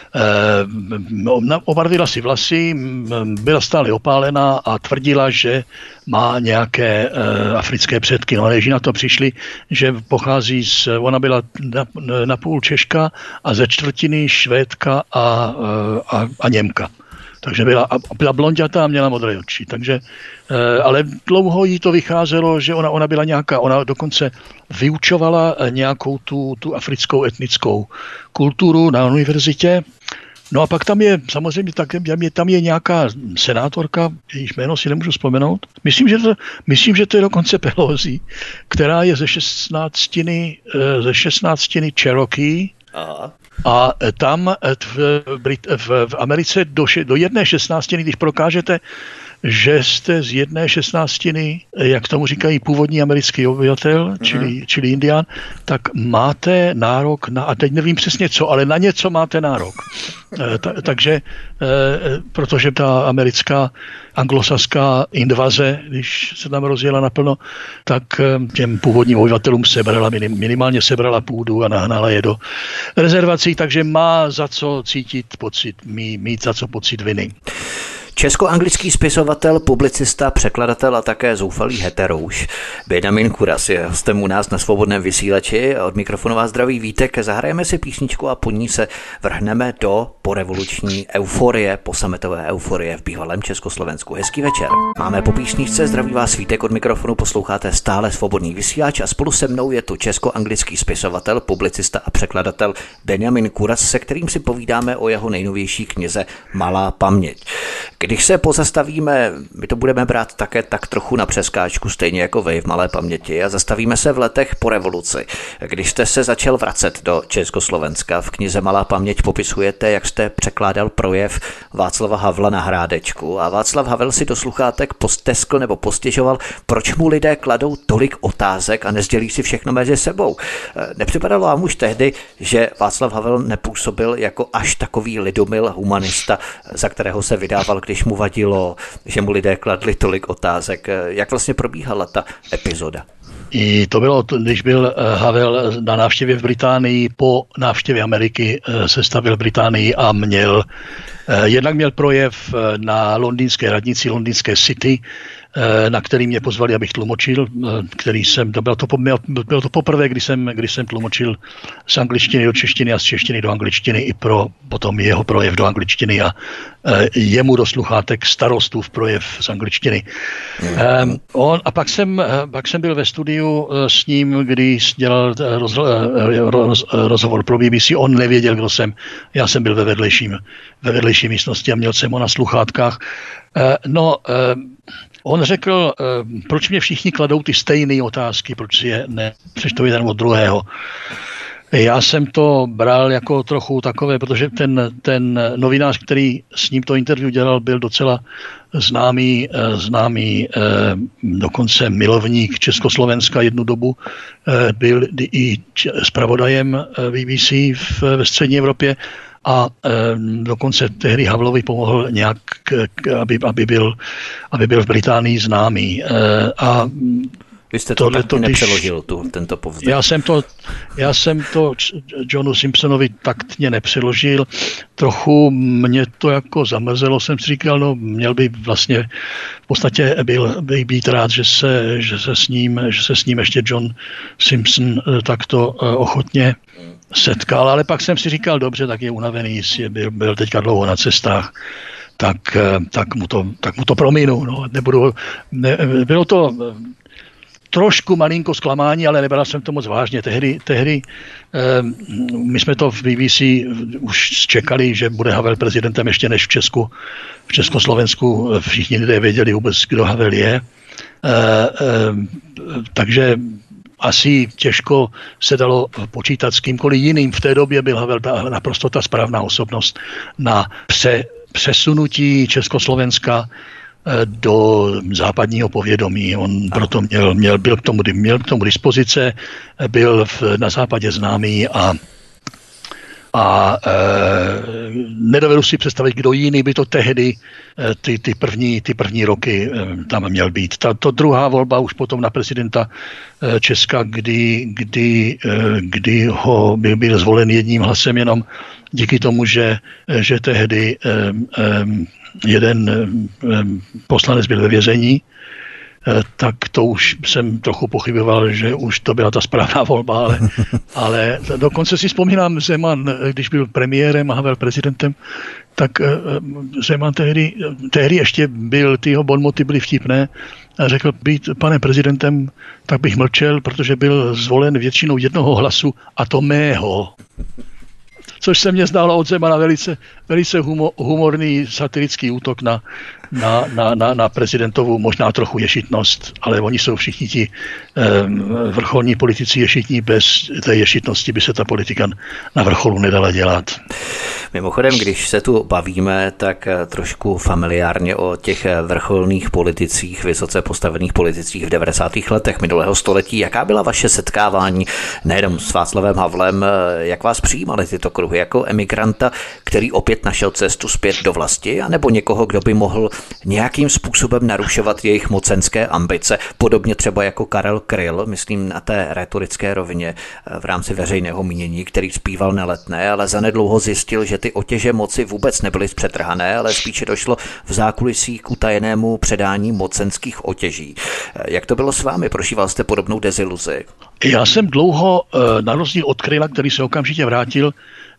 Obarvila si vlasy, byla stále opálená a tvrdila, že má nějaké africké předky. No, než na to přišli, že pochází ona byla napůl Češka a ze čtvrtiny Švédka a Němka. Takže byla blonďatá a měla modré oči. Takže, ale dlouho jí to vycházelo, že ona byla ona dokonce vyučovala nějakou tu africkou etnickou kulturu na univerzitě. No a pak tam je samozřejmě tam je nějaká senátorka, jejíž jméno si nemůžu vzpomenout. Myslím, že to je dokonce Pelosi, která je ze 16 Cherokee. Aha. A tam v Americe do 1/16, když prokážete, že jste z 1/16, jak tomu říkají původní americký obyvatel, čili Indián, tak máte nárok a teď nevím přesně co, ale na něco máte nárok. Takže, protože ta americká anglosaská invaze, když se tam rozjela naplno, tak těm původním obyvatelům minimálně sebrala půdu a nahnala je do rezervací, takže má za co mít za co pocit viny. Česko-anglický spisovatel, publicista, překladatel a také zoufalý heterouš Benjamin Kuras je hostem u nás na Svobodném vysílači. Od mikrofonu vás zdraví Vítek. Zahrajeme si písničku a po ní se vrhneme do porevoluční euforie, posametové euforie v bývalém Československu. Hezký večer. Máme po písničce, zdraví vás Vítek od mikrofonu, posloucháte stále Svobodný vysílač a spolu se mnou je tu česko-anglický spisovatel, publicista a překladatel Benjamin Kuras, se kterým si povídáme o jeho nejnovější knize Malá paměť. Když se pozastavíme, my to budeme brát také tak trochu na přeskáčku, stejně jako vy v Malé paměti, a zastavíme se v letech po revoluci. Když jste se začal vracet do Československa, v knize Malá paměť popisujete, jak jste překládal projev Václava Havla na Hrádečku a Václav Havel si do sluchátek posteskl nebo postěžoval, proč mu lidé kladou tolik otázek a nezdělí si všechno mezi sebou. Nepřipadalo vám už tehdy, že Václav Havel nepůsobil jako až takový lidomil humanista, za kterého se vydával, když mu vadilo, že mu lidé kladli tolik otázek. Jak vlastně probíhala ta epizoda? I to bylo, když byl Havel na návštěvě v Británii, po návštěvě Ameriky se stavil v Británii a jednak měl projev na londýnské radnici, londýnské City, na který mě pozvali, abych tlumočil, bylo to poprvé, kdy jsem tlumočil z angličtiny do češtiny a z češtiny do angličtiny i pro potom jeho projev do angličtiny a jemu do sluchátek starostův projev z angličtiny. Pak jsem byl ve studiu s ním, když dělal rozhovor pro BBC, on nevěděl, kdo jsem, já jsem byl ve vedlejší místnosti a měl jsem ho na sluchátkách. On řekl, proč mě všichni kladou ty stejné otázky, proč si je nepřečtou jeden od druhého. Já jsem to bral jako trochu takové, protože ten novinář, který s ním to interview dělal, byl docela známý dokonce milovník Československa jednu dobu, byl i zpravodajem BBC ve střední Evropě a dokonce tehdy Havlovi pomohl nějak, aby byl v Británii známý. Vy jste to taky nepřeložil, tento povzdech. Já jsem to Johnu Simpsonovi taktně nepřeložil. Trochu mě to jako zamrzelo, jsem si říkal, měl by vlastně v podstatě být rád, že se s ním ještě John Simpson takto ochotně setkal, ale pak jsem si říkal, dobře, tak je unavený, byl teďka dlouho na cestách, tak mu to prominu. Bylo to trošku malinko zklamání, ale nebral jsem to moc vážně. Tehdy my jsme to v BBC už čekali, že bude Havel prezidentem ještě než v Československu všichni lidé věděli vůbec, kdo Havel je. Takže asi těžko se dalo počítat s kýmkoliv jiným. V té době byl Havel naprosto ta správná osobnost na přesunutí Československa do západního povědomí. On proto měl k tomu dispozice, byl na západě známý a nedovedu si představit, kdo jiný by to tehdy ty první roky tam měl být. To druhá volba už potom na prezidenta Česka, kdy ho byl zvolen jedním hlasem jenom díky tomu, že tehdy jeden poslanec byl ve vězení, tak to už jsem trochu pochyboval, že už to byla ta správná volba, ale dokonce si vzpomínám Zeman, když byl premiérem a Havel prezidentem, tak Zeman tehdy ještě byl, ty jeho bonmoty byly vtipné a řekl, být panem prezidentem, tak bych mlčel, protože byl zvolen většinou jednoho hlasu a to mého. Což se mně zdálo od Zemana velice humorný satirický útok na prezidentovu možná trochu ješitnost, ale oni jsou všichni ti vrcholní politici ješitní, bez té ješitnosti by se ta politika na vrcholu nedala dělat. Mimochodem, když se tu bavíme, tak trošku familiárně o těch vrcholných politicích, vysoce postavených politicích v 90. letech minulého století. Jaká byla vaše setkávání nejenom s Václavem Havlem, jak vás přijímaly tyto kruhy, jako emigranta, který opět našel cestu zpět do vlasti, anebo někoho, kdo by mohl nějakým způsobem narušovat jejich mocenské ambice, podobně třeba jako Karel Kryl, myslím na té retorické rovině v rámci veřejného mínění, který zpíval na Letné, ale zanedlouho zjistil, že ty otěže moci vůbec nebyly zpřetrhané, ale spíše došlo v zákulisí k utajenému předání mocenských otěží. Jak to bylo s vámi? Prožíval jste podobnou deziluzi? Já jsem dlouho, na rozdíl od Kryla, který se okamžitě vrátil,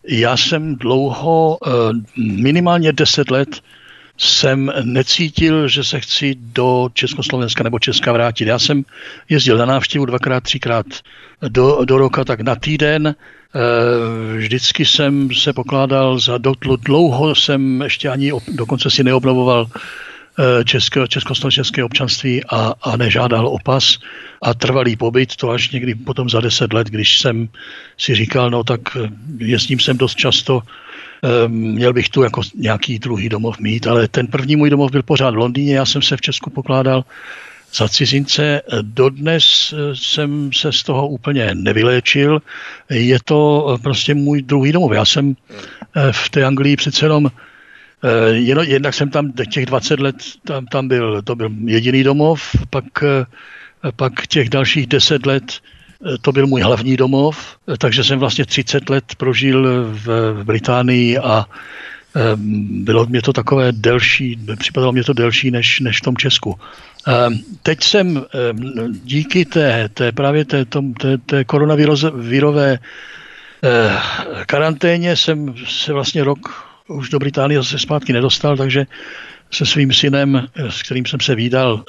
já jsem dlouho, minimálně 10 let, jsem necítil, že se chci do Československa nebo Česka vrátit. Já jsem jezdil na návštěvu 2x, 3x do roka, tak na týden. Vždycky jsem se pokládal za dlouho jsem ještě ani dokonce si neobnovoval československé občanství a nežádal o pas a trvalý pobyt, to až někdy potom za 10 let, když jsem si říkal, no tak jezdím sem dost často, měl bych tu jako nějaký druhý domov mít, ale ten první můj domov byl pořád v Londýně, já jsem se v Česku pokládal za cizince. Dodnes jsem se z toho úplně nevyléčil, je to prostě můj druhý domov. Já jsem v té Anglii přece jenom jednak jsem tam těch 20 let, to byl jediný domov, pak těch dalších 10 let to byl můj hlavní domov, takže jsem vlastně 30 let prožil v Británii a bylo mě to takové delší, připadalo mě to delší než v tom Česku. Teď jsem díky té koronavirové karanténě jsem se vlastně rok už do Británie zase zpátky nedostal, takže se svým synem, s kterým jsem se vídal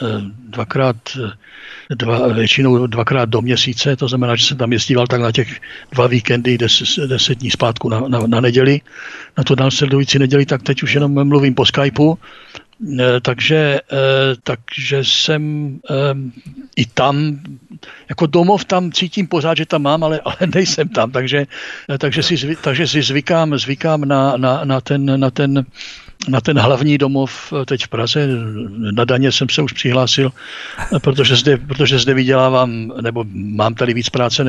většinou dvakrát do měsíce, to znamená, že jsem tam jezdíval tak na těch 2 víkendy, 10 dní zpátku na neděli, na tu následující neděli, tak teď už jenom mluvím po Skypeu, takže jsem i tam, jako domov tam cítím pořád, že tam mám, ale nejsem tam, takže si zvykám na ten hlavní domov teď v Praze. Na daně jsem se už přihlásil, protože zde vydělávám, nebo mám tady víc práce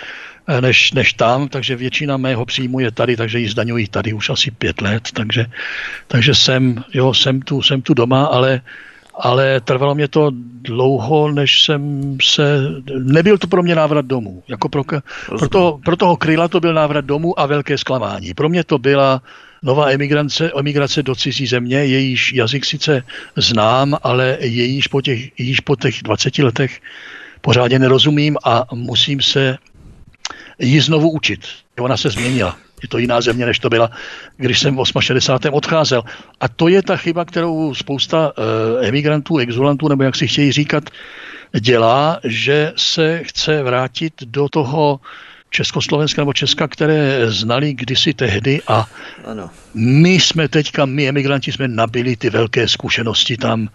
než tam, takže většina mého příjmu je tady, takže ji zdaňuji tady už asi 5 let, takže jsem tu doma, ale trvalo mě to dlouho, než jsem nebyl to pro mě návrat domů. Jako pro toho Kryla to byl návrat domů a velké zklamání. Pro mě to byla nová emigrace do cizí země, jejíž jazyk sice znám, ale jejíž po těch 20 letech pořádně nerozumím a musím se ji znovu učit. Ona se změnila. Je to jiná země, než to byla, když jsem v 68. odcházel. A to je ta chyba, kterou spousta emigrantů, exulantů, nebo jak si chtějí říkat, dělá, že se chce vrátit do toho Československa nebo Česka, které znali kdysi tehdy a ano. My emigranti jsme nabili ty velké zkušenosti tam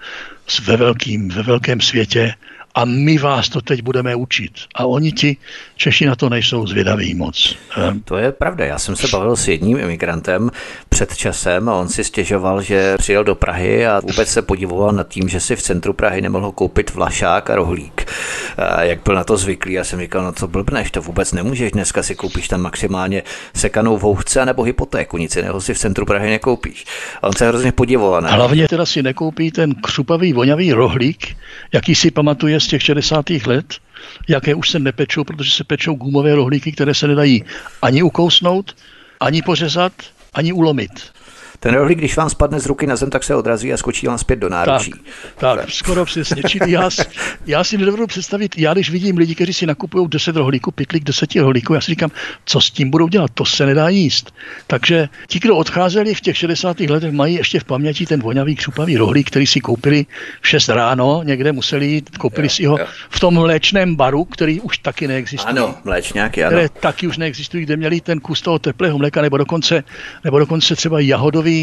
ve velkém světě a my vás to teď budeme učit. A oni ti Češi na to nejsou zvědaví moc. To je pravda. Já jsem se bavil s jedním imigrantem před časem a on si stěžoval, že přijel do Prahy a vůbec se podivoval nad tím, že si v centru Prahy nemohl koupit vlašák a rohlík. Jak byl na to zvyklý, já jsem říkal, no co blbneš, to vůbec nemůžeš, dneska si koupíš tam maximálně sekanou vouchce anebo hypotéku, nic jiného si v centru Prahy nekoupíš. A on se hrozně podivoval. Ne? Hlavně teda si nekoupí ten křupavý, vonavý rohlík, jaký si pamatuje z těch 60. let, jaké už se nepečou, protože se pečou gumové rohlíky, které se nedají ani ukousnout, ani pořezat, ani ulomit. Ten rohlík, když vám spadne z ruky na zem, tak se odrazí a skočí vám zpět do náručí. Tak, skoro přesně. Čili já si nedovedu představit, když vidím lidi, kteří si nakupují 10 rohlíků, pytlík 10 rohlíků, já si říkám, co s tím budou dělat, to se nedá jíst. Takže ti, kdo odcházeli v těch 60. letech, mají ještě v paměti ten vonavý křupavý rohlík, který si koupili v 6 ráno, někde museli jít, koupili si ho v tom mléčném baru, který už taky neexistuje. Ano, mléčňáky, ano. Které taky už neexistují, kde měli ten kus toho teplého mléka, nebo dokonce třeba jahodový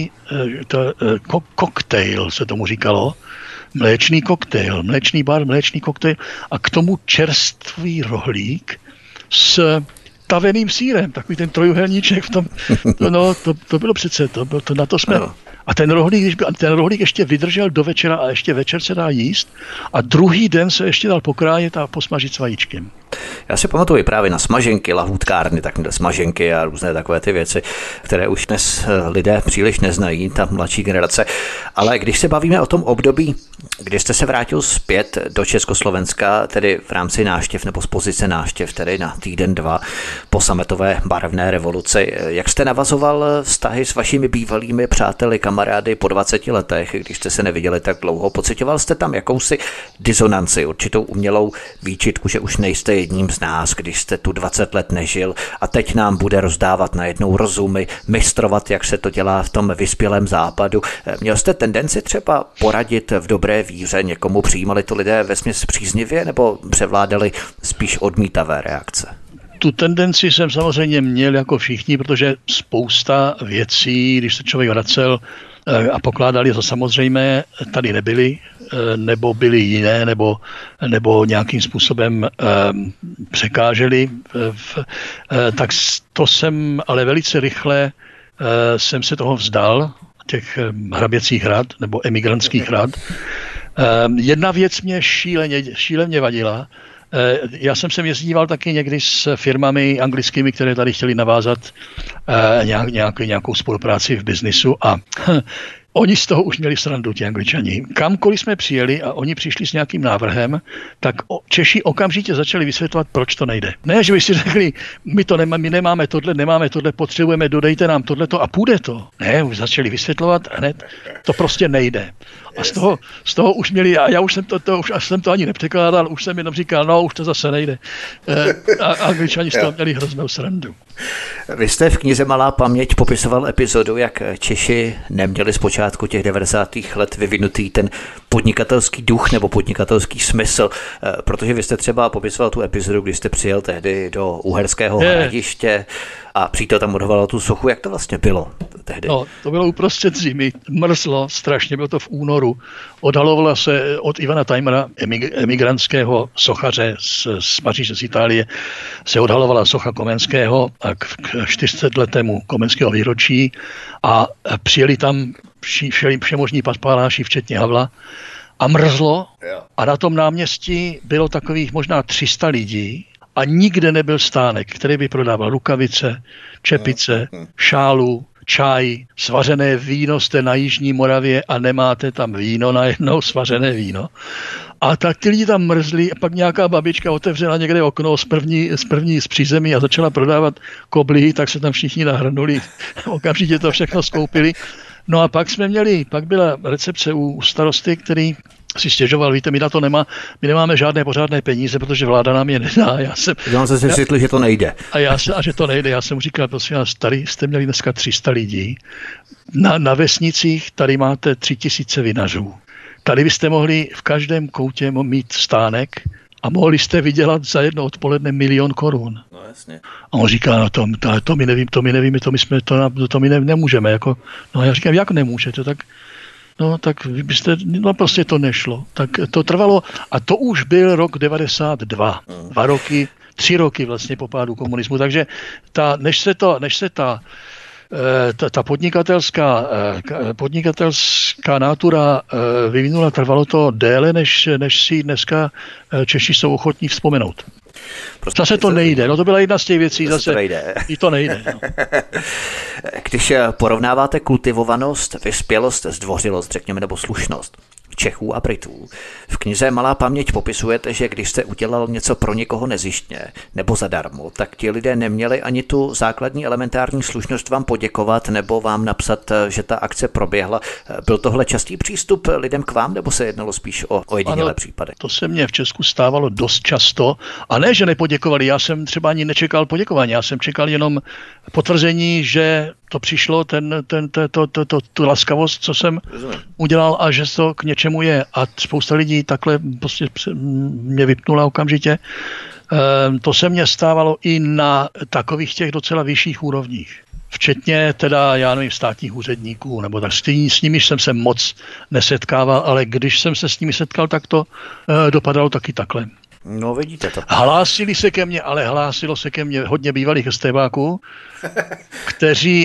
koktejl se tomu říkalo, mléčný koktejl, mléčný bar, mléčný koktejl a k tomu čerstvý rohlík s taveným sýrem, takový ten trojuhelníček v tom, to bylo přece, to na to jsme. No. A ten rohlík ještě vydržel do večera a ještě večer se dá jíst a druhý den se ještě dal pokrájet a posmažit s vajíčkem. Já si pamatuju právě na smaženky, lahůdkárny, tak smaženky a různé takové ty věci, které už dnes lidé příliš neznají, ta mladší generace. Ale když se bavíme o tom období, kdy jste se vrátil zpět do Československa, tedy v rámci návštěv nebo z pozice návštěv, tedy na týden, 2 po sametové barevné revoluci, jak jste navazoval vztahy s vašimi bývalými přáteli, kamarády po 20 letech, když jste se neviděli tak dlouho? Pocitoval jste tam jakousi disonanci, určitou umělou výčitku, že už nejste jedním z nás, když jste tu 20 let nežil a teď nám bude rozdávat najednou rozumy, mistrovat, jak se to dělá v tom vyspělém západu. Měl jste tendenci třeba poradit v dobré víře někomu, přijímali to lidé vesměs příznivě nebo převládaly spíš odmítavé reakce? Tu tendenci jsem samozřejmě měl jako všichni, protože spousta věcí, když se člověk vracel a pokládali to samozřejmé, tady nebyly, nebo byly jiné, nebo nějakým způsobem překážely. Tak to jsem ale velice rychle jsem se toho vzdal, těch hraběcích rad nebo emigrantských rad. Jedna věc mě šíleně vadila. Já jsem se jezdíval taky někdy s firmami anglickými, které tady chtěli navázat nějakou spolupráci v biznisu a oni z toho už měli srandu, ti Angličani. Kamkoliv jsme přijeli a oni přišli s nějakým návrhem, tak Češi okamžitě začali vysvětlovat, proč to nejde. Ne, že by si řekli, my nemáme tohle, potřebujeme, dodejte nám tohleto a půjde to. Ne, už začali vysvětlovat hned, to prostě nejde. A z toho už měli, a já už jsem to ani nepřekládal, už jsem jenom říkal, no, už to zase nejde. A Angličani z toho měli hroznou srandu. Vy jste v knize Malá paměť popisoval epizodu, jak Češi neměli zpočátku těch 90. let vyvinutý ten podnikatelský duch nebo podnikatelský smysl, protože vy jste třeba popisoval tu epizodu, kdy jste přijel tehdy do Uherského Hradiště a přítel tam odhoval tu sochu. Jak to vlastně bylo tehdy? No, to bylo uprostřed zimy, mrzlo strašně, bylo to v únoru. Odhalovala se od Ivana Tajmera, emigrantského sochaře z Paříže, z Itálie, se odhalovala socha Komenského a k 400letému Komenského výročí a přijeli tam všemožní paspáláši, včetně Havla, a mrzlo a na tom náměstí bylo takových možná 300 lidí a nikde nebyl stánek, který by prodával rukavice, čepice, šálu, čaj, svařené víno, jste na Jižní Moravě a nemáte tam víno, najednou svařené víno. A tak ty lidi tam mrzli a pak nějaká babička otevřela někde okno z přízemí a začala prodávat koblihy, tak se tam všichni nahrnuli, okamžitě to všechno skoupili. No a pak byla recepce u starosty, který si stěžoval, víte, my nemáme žádné pořádné peníze, protože vláda nám je nedá. Já jsem si vysvětlil, že to nejde. A že to nejde. Já jsem mu říkal, prosím vás, tady jste měli dneska 300 lidí. Na vesnicích tady máte 3000 vinařů. Tady byste mohli v každém koutě mít stánek a mohli jste vydělat za jedno odpoledne 1 000 000 korun. No jasně. A on říká, no to my nevíme, to my nemůžeme. Jako. No a já říkám, jak nemůžete, tak byste, prostě to nešlo. Tak to trvalo a to už byl rok 92. 3 roky vlastně po pádu komunismu. Takže než se ta podnikatelská nátura vyvinula, trvalo to déle, než si dneska Češi jsou ochotní vzpomenout. Prostě zase to nejde. No to byla jedna z těch věcí. Zase i to nejde. No. Když porovnáváte kultivovanost, vyspělost, zdvořilost, řekněme, nebo slušnost Čechů a Britů, v knize Malá paměť popisujete, že když jste udělal něco pro někoho nezištně nebo zadarmo, tak ti lidé neměli ani tu základní elementární slušnost vám poděkovat nebo vám napsat, že ta akce proběhla. Byl tohle častý přístup lidem k vám, nebo se jednalo spíš o ojedinělé případy? To se mně v Česku stávalo dost často. A ne, že nepoděkovali, já jsem třeba ani nečekal poděkování, já jsem čekal jenom potvrzení, že to přišlo, tu laskavost, co jsem udělal a že to k něčemu je. A spousta lidí takhle prostě mě vypnula okamžitě. To se mně stávalo i na takových těch docela vyšších úrovních. Včetně teda, já nevím, státních úředníků, nebo tak s nimi jsem se moc nesetkával, ale když jsem se s nimi setkal, tak to dopadalo taky takhle. No vidíte to. Hlásilo se ke mně hodně bývalých estébáků, kteří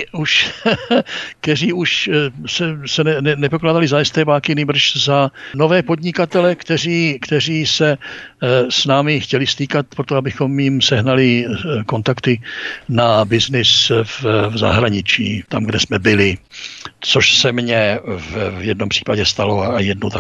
už se nepokládali za estébáky, nýbrž za nové podnikatele, kteří se s námi chtěli stýkat, proto abychom jim sehnali kontakty na biznis v zahraničí, tam, kde jsme byli, což se mně v jednom případě stalo a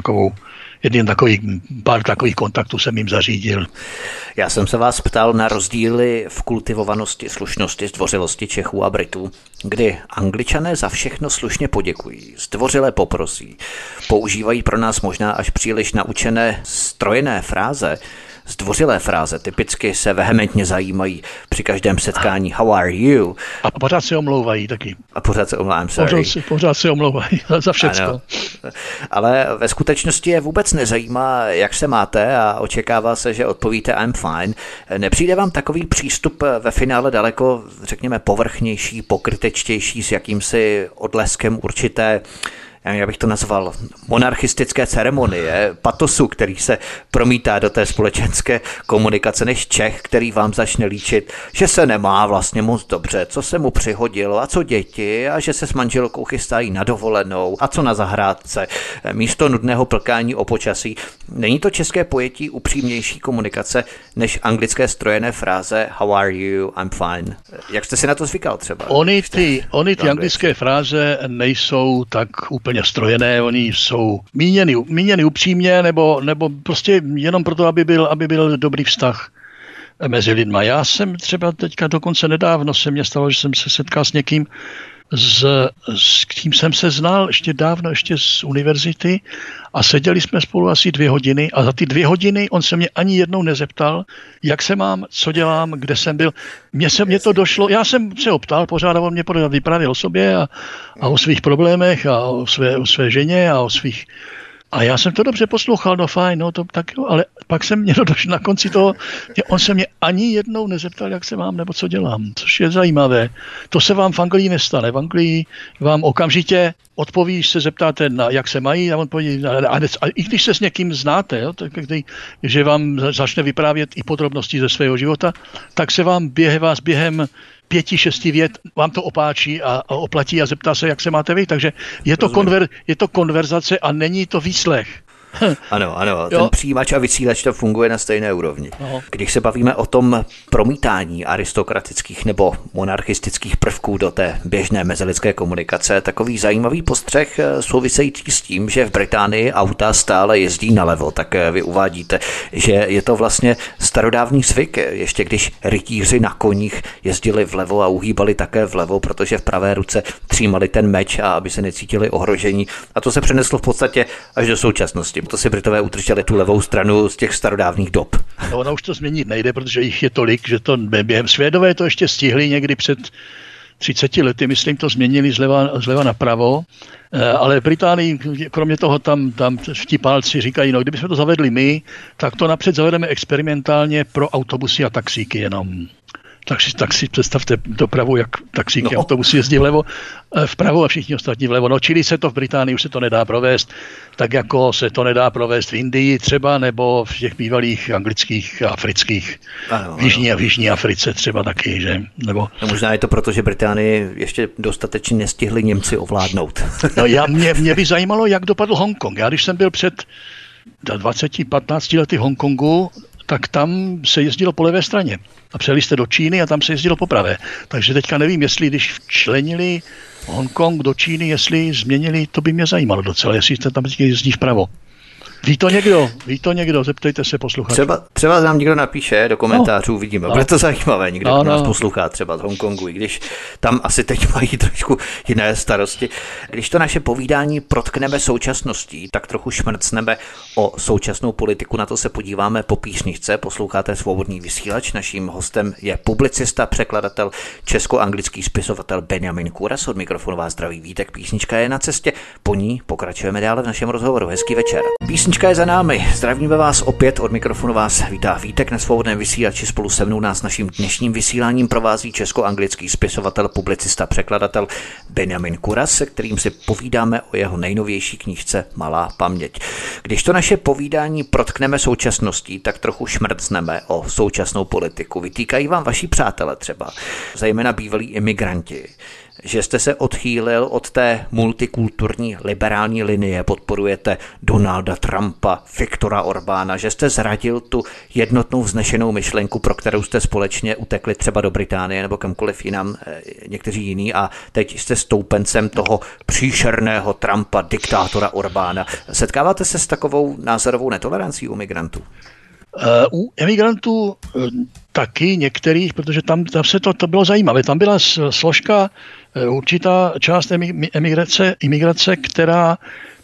pár takových kontaktů jsem jim zařídil. Já jsem se vás ptal na rozdíly v kultivovanosti, slušnosti, zdvořilosti Čechů a Britů, kdy Angličané za všechno slušně poděkují, zdvořile poprosí, používají pro nás možná až příliš naučené strojené fráze, zdvořilé fráze typicky se vehementně zajímají při každém setkání how are you. A pořád se omlouvají taky. A pořád se omlouvám, sorry. Pořád se omlouvají za všecko. Ano. Ale ve skutečnosti je vůbec nezajímá, jak se máte a očekává se, že odpovíte I'm fine. Nepřijde vám takový přístup ve finále daleko, řekněme, povrchnější, pokrytečtější s jakýmsi odleskem určité, já bych to nazval, monarchistické ceremonie, patosu, který se promítá do té společenské komunikace, než Čech, který vám začne líčit, že se nemá vlastně moc dobře, co se mu přihodilo a co děti a že se s manželkou chystají na dovolenou a co na zahrádce, místo nudného plkání o počasí. Není to české pojetí upřímnější komunikace než anglické strojené fráze how are you, I'm fine. Jak jste si na to zvykal třeba? Oni ty anglické fráze nejsou tak úplně strojené, oni jsou míněny upřímně nebo prostě jenom proto, aby byl dobrý vztah mezi lidma. Já jsem třeba teďka dokonce nedávno se mně stalo, že jsem se setkal s někým, s kým jsem se znal ještě z univerzity a seděli jsme spolu asi 2 hodiny a za ty 2 hodiny on se mě ani jednou nezeptal, jak se mám, co dělám, kde jsem byl. Mně to došlo, já jsem se optal, pořád on mě vyprávěl o sobě a o svých problémech a o své ženě a o svých... A já jsem to dobře poslouchal, no fajn, no to tak jo, ale pak jsem mě došel na konci toho, že on se mě ani jednou nezeptal, jak se mám nebo co dělám, což je zajímavé. To se vám v Anglii nestane. V Anglii vám okamžitě odpoví, se zeptáte, jak se mají, a on poví, a i když se s někým znáte, jo, že vám začne vyprávět i podrobnosti ze svého života, tak se vám během 5-6 vět vám to opáčí a oplatí a zeptá se, jak se máte vy. Takže je to konverzace a není to výslech. Ano, ten přijímač a vysílač to funguje na stejné úrovni. No. Když se bavíme o tom promítání aristokratických nebo monarchistických prvků do té běžné mezilidské komunikace, takový zajímavý postřeh související s tím, že v Británii auta stále jezdí nalevo, tak vy uvádíte, že je to vlastně starodávný zvyk, ještě když rytíři na koních jezdili vlevo a uhýbali také vlevo, protože v pravé ruce třímali ten meč a aby se necítili ohrožení. A to se přeneslo v podstatě až do současnosti. To si Britové udrželi tu levou stranu z těch starodávných dob. No, ono už to změnit nejde, protože jich je tolik, že to během Švédové to ještě stihli někdy před 30 lety, myslím, to změnili zleva napravo, ale v Británii, kromě toho tam vtipálci říkají, no kdybychom to zavedli my, tak to napřed zavedeme experimentálně pro autobusy a taxíky jenom. Tak si představte dopravu, jak taxíky, autobusy jezdí vpravo a všichni ostatní vlevo. No, čili se to v Británii už se to nedá provést, tak jako se to nedá provést v Indii třeba, nebo v těch bývalých anglických a afrických, v Jižní Africe třeba taky, že? Nebo... No, možná je to proto, že Británii ještě dostatečně nestihli Němci ovládnout. No, mě by zajímalo, jak dopadl Hongkong. Já když jsem byl před 20-15 lety v Hongkongu, tak tam se jezdilo po levé straně. A přijeli jste do Číny a tam se jezdilo po pravé. Takže teďka nevím, jestli když včlenili Hongkong do Číny, jestli změnili, to by mě zajímalo docela, jestli jste tam teďka jezdí vpravo. Ví to někdo, zeptejte se posluchačů. Třeba nám někdo napíše do komentářů, vidíme. Bude to zajímavé, někdo nás poslouchá třeba z Hongkongu, i když tam asi teď mají trošku jiné starosti. Když to naše povídání protkneme současností, tak trochu šmrcneme o současnou politiku, na to se podíváme po písničce. Posloucháte Svobodný vysílač, naším hostem je publicista, překladatel, česko-anglický spisovatel Benjamin Kuras. Od mikrofonu vás zdraví Vítek, písnička je na cestě, po ní pokračujeme dále v našem rozhovoru. Hezký večer. Písnička je za námi. Zdravíme vás opět, od mikrofonu vás vítá Vítek na Svobodném vysílači. Spolu se mnou nás naším dnešním vysíláním provází česko-anglický spisovatel, publicista, překladatel Benjamin Kuras, se kterým si povídáme o jeho nejnovější knížce Malá paměť. Když to naše povídání protkneme současností, tak trochu šmrcneme o současnou politiku. Vytýkají vám vaši přátelé třeba, zejména bývalí imigranti, že jste se odchýlil od té multikulturní liberální linie, podporujete Donalda Trumpa, Viktora Orbána, že jste zradil tu jednotnou vznešenou myšlenku, pro kterou jste společně utekli třeba do Británie nebo kamkoliv jinam, někteří jiní, a teď jste stoupencem toho příšerného Trumpa, diktátora Orbána. Setkáváte se s takovou názorovou netolerancí u migrantů? U emigrantů taky některých, protože tam se to bylo zajímavé. Tam byla složka, určitá část imigrace, která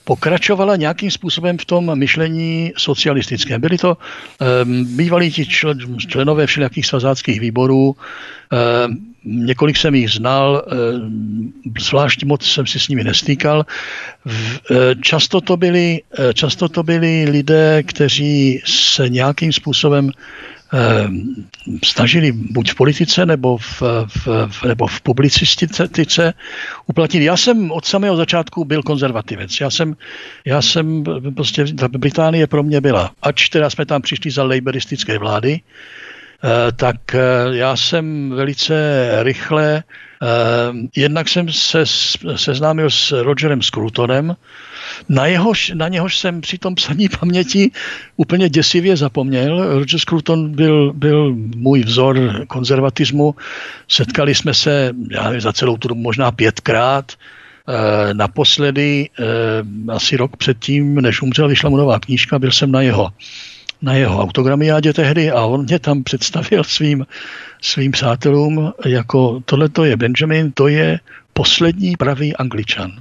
pokračovala nějakým způsobem v tom myšlení socialistickém. Byli to bývalí ti členové všelijakých svazáckých výborů, několik jsem jich znal, zvlášť moc jsem si s nimi nestýkal. Často to byli lidé, kteří se nějakým způsobem snažili buď v politice nebo v publicistice uplatnit. Já jsem od samého začátku byl konzervativec. Já jsem prostě, Británie pro mě byla, ač teda jsme tam přišli za laboristické vlády, tak já jsem velice rychle, jednak jsem se seznámil s Rogerem Scrutonem, na něhož jsem při tom psaní paměti úplně děsivě zapomněl. Roger Scruton byl můj vzor konzervatismu. Setkali jsme se, já nevím, za celou tu dobu možná 5krát. Naposledy asi rok předtím, než umřel, vyšla mu nová knížka, byl jsem na jeho autogramiádě tehdy a on mě tam představil svým přátelům jako tohleto je Benjamin, to je poslední pravý Angličan.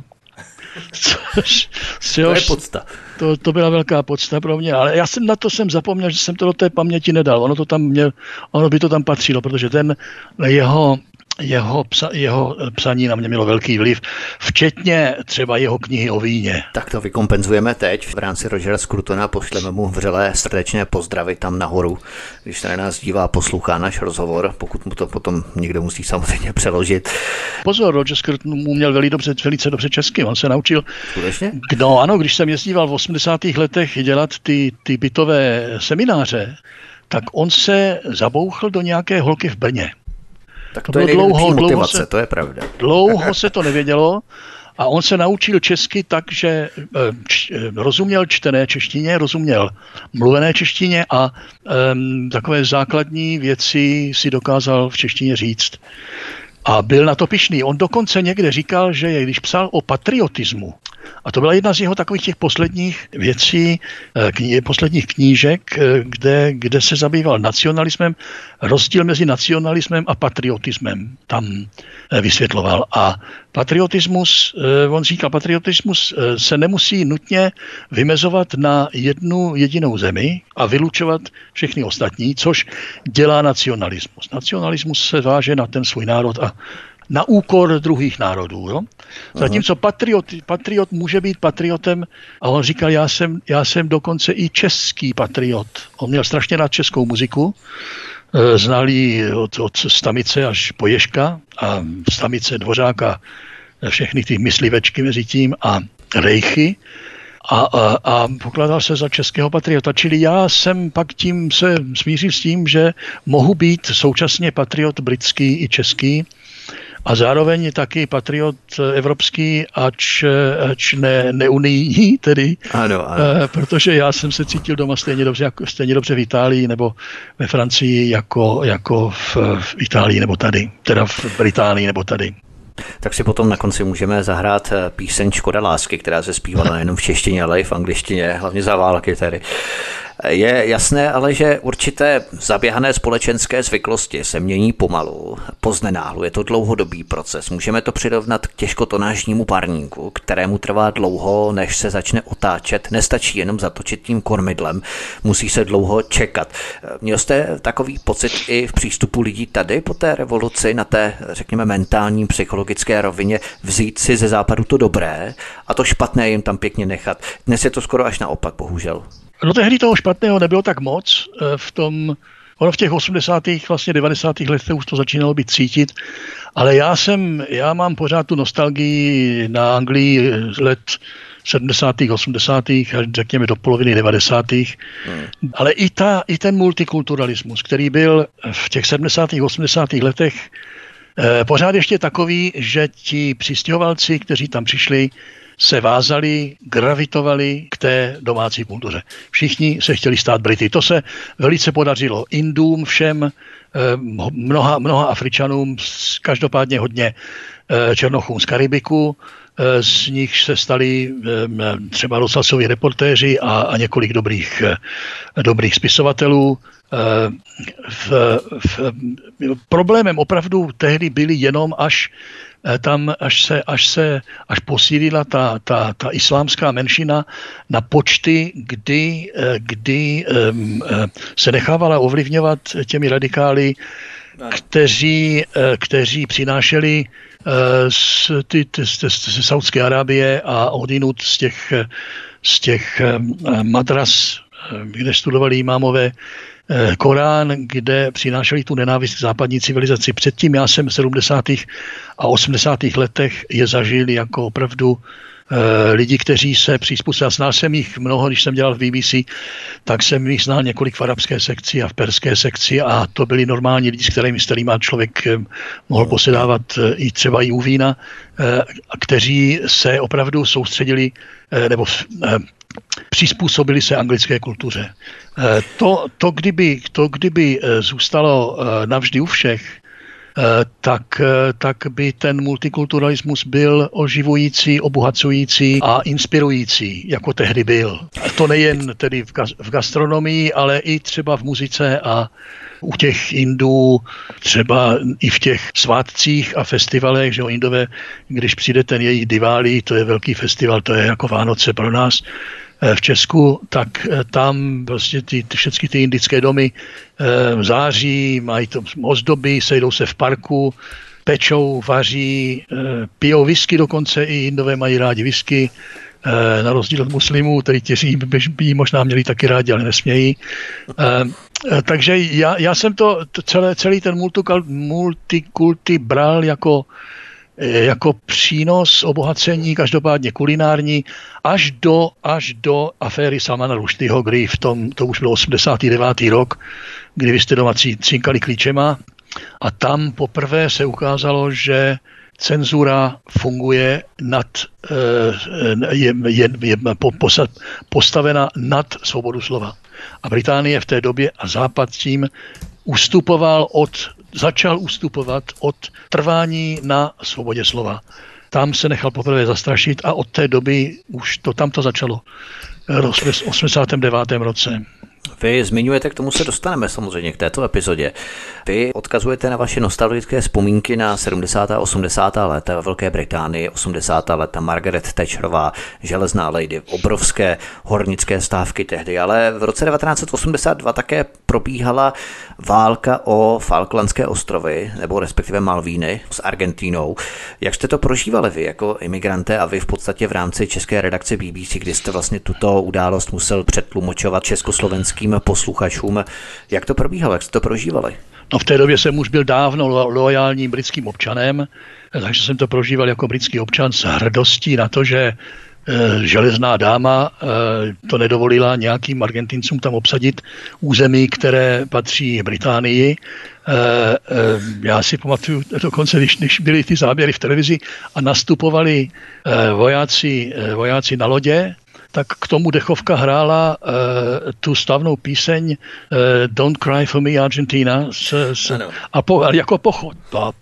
To je podsta. To byla velká podsta pro mě, ale já jsem na to zapomněl, že jsem to do té paměti nedal. Ono by to tam patřilo, protože ten jeho psaní na mě mělo velký vliv, včetně třeba jeho knihy o víně. Tak to vykompenzujeme teď. V rámci Rogera Scrutona pošleme mu vřelé srdečné pozdravy tam nahoru, když se na nás dívá, poslouchá náš rozhovor, pokud mu to potom někdo musí samozřejmě přeložit. Pozor, Roger Scruton mu měl velice dobře česky, on se naučil. Skutečně? No ano, když jsem jezdíval v 80. letech dělat ty bytové semináře, tak on se zabouchl do nějaké holky v Brně. Tak to je nejlepší motivace, to je pravda. Dlouho se to nevědělo a on se naučil česky tak, že rozuměl čtené češtině, rozuměl mluvené češtině a takové základní věci si dokázal v češtině říct. A byl na to pyšný. On dokonce někde říkal, že když psal o patriotismu, a to byla jedna z jeho takových těch posledních věcí, posledních knížek, kde se zabýval nacionalismem, rozdíl mezi nacionalismem a patriotismem tam vysvětloval. A on říkal, patriotismus se nemusí nutně vymezovat na jednu jedinou zemi a vylučovat všechny ostatní, což dělá nacionalismus. Nacionalismus se váže na ten svůj národ a na úkor druhých národů. Jo? Zatímco patriot může být patriotem a on říkal, já jsem dokonce i český patriot. On měl strašně rád českou muziku, znal ji od Stamice až po Ježka a Stamice, Dvořáka, všechny ty myslivečky mezi tím a Rejchy. A pokládal se za českého patriota. Čili já jsem pak tím se smířil s tím, že mohu být současně patriot britský i český a zároveň taky patriot evropský, ač ne unijní tedy, ano. Protože já jsem se cítil doma stejně dobře v Itálii nebo ve Francii jako v Itálii nebo tady, teda v Británii nebo tady. Tak si potom na konci můžeme zahrát píseň Škoda lásky, která se zpívala nejenom v češtině, ale i v angličtině, hlavně za války tedy. Je jasné ale, že určité zaběhané společenské zvyklosti se mění pomalu, poznenáhlu. Je to dlouhodobý proces. Můžeme to přirovnat k těžkotonážnímu parníku, kterému trvá dlouho, než se začne otáčet. Nestačí jenom zatočit tím kormidlem, musí se dlouho čekat. Měl jste takový pocit i v přístupu lidí tady po té revoluci na té, řekněme, mentální, psychologické rovině, vzít si ze západu to dobré a to špatné jim tam pěkně nechat? Dnes je to skoro až naopak, bohužel. No tehdy toho špatného nebylo tak moc. V těch 80. vlastně 90. letech už to začínalo být cítit, ale já mám pořád tu nostalgii na Anglii let 70. 80. až řekněme do poloviny 90. Ale i ten multikulturalismus, který byl v těch 70. 80. letech pořád ještě takový, že ti přistěhovalci, kteří tam přišli, se vázali, gravitovali k té domácí kultuře. Všichni se chtěli stát Brity. To se velice podařilo Indům, všem, mnoha Afričanům, každopádně černochům z Karibiku, z nich se stali třeba rozhlasoví reportéři a několik dobrých spisovatelů. Problémem opravdu tehdy byli jenom až posílila ta islámská menšina na počty, kdy se nechávala ovlivňovat těmi radikály, kteří přinášeli z Saudské Arábie a odinut z těch madras, kde studovali imámové, Korán, kde přinášeli tu nenávist k západní civilizaci. Předtím já jsem v 70. a 80. letech je zažil jako opravdu lidi, kteří se přizpůsobili. Znal jsem jich mnoho, když jsem dělal v BBC, tak jsem jich znal několik v arabské sekci a v perské sekci a to byli normální lidi, s kterými člověk mohl posedávat i třeba i u vína, kteří se opravdu soustředili nebo přizpůsobili se anglické kultuře. To kdyby zůstalo navždy u všech, tak by ten multikulturalismus byl oživující, obohacující a inspirující, jako tehdy byl. To nejen tedy v gastronomii, ale i třeba v muzice a u těch Indů, třeba i v těch svátcích a festivalech, že Indové, když přijde ten jejich Diwali, to je velký festival, to je jako Vánoce pro nás v Česku, tak tam prostě všechny ty indické domy září, mají to ozdoby, sejdou se v parku, pečou, vaří, pijou whisky dokonce, i Indové mají rádi whisky, na rozdíl od muslimů, kteří by možná měli taky rádi, ale nesmějí. Takže já jsem to celý ten multikulti bral jako přínos, obohacení, každopádně kulinární, až do aféry Salmana Rushdieho, kdy to už byl 89. rok, kdy vy jste doma cinkali klíčema a tam poprvé se ukázalo, že cenzura funguje je postavena nad svobodu slova. A Británie v té době a Západ tím začal ustupovat od trvání na svobodě slova. Tam se nechal poprvé zastrašit a od té doby už tam to začalo v 89. roce. Vy zmiňujete, k tomu se dostaneme samozřejmě, k této epizodě. Vy odkazujete na vaše nostalgické vzpomínky na 70. a 80. léta ve Velké Británii, 80. léta Margaret Thatcherová, železná lady, obrovské hornické stávky tehdy, ale v roce 1982 také probíhala válka o Falklandské ostrovy, nebo respektive Malvíny s Argentínou. Jak jste to prožívali vy jako imigranté a vy v podstatě v rámci české redakce BBC, kdy jste vlastně tuto událost musel přetlumočovat československým posluchačům? Jak to probíhalo, jak jste to prožívali? No v té době jsem už byl dávno loajálním britským občanem, takže jsem to prožíval jako britský občan s hrdostí na to, že železná dáma to nedovolila nějakým Argentincům tam obsadit území, které patří Británii. Já si pamatuju dokonce, když byly ty záběry v televizi a nastupovali vojáci na lodě, tak k tomu dechovka hrála tu slavnou píseň Don't Cry for Me Argentina jako pochod.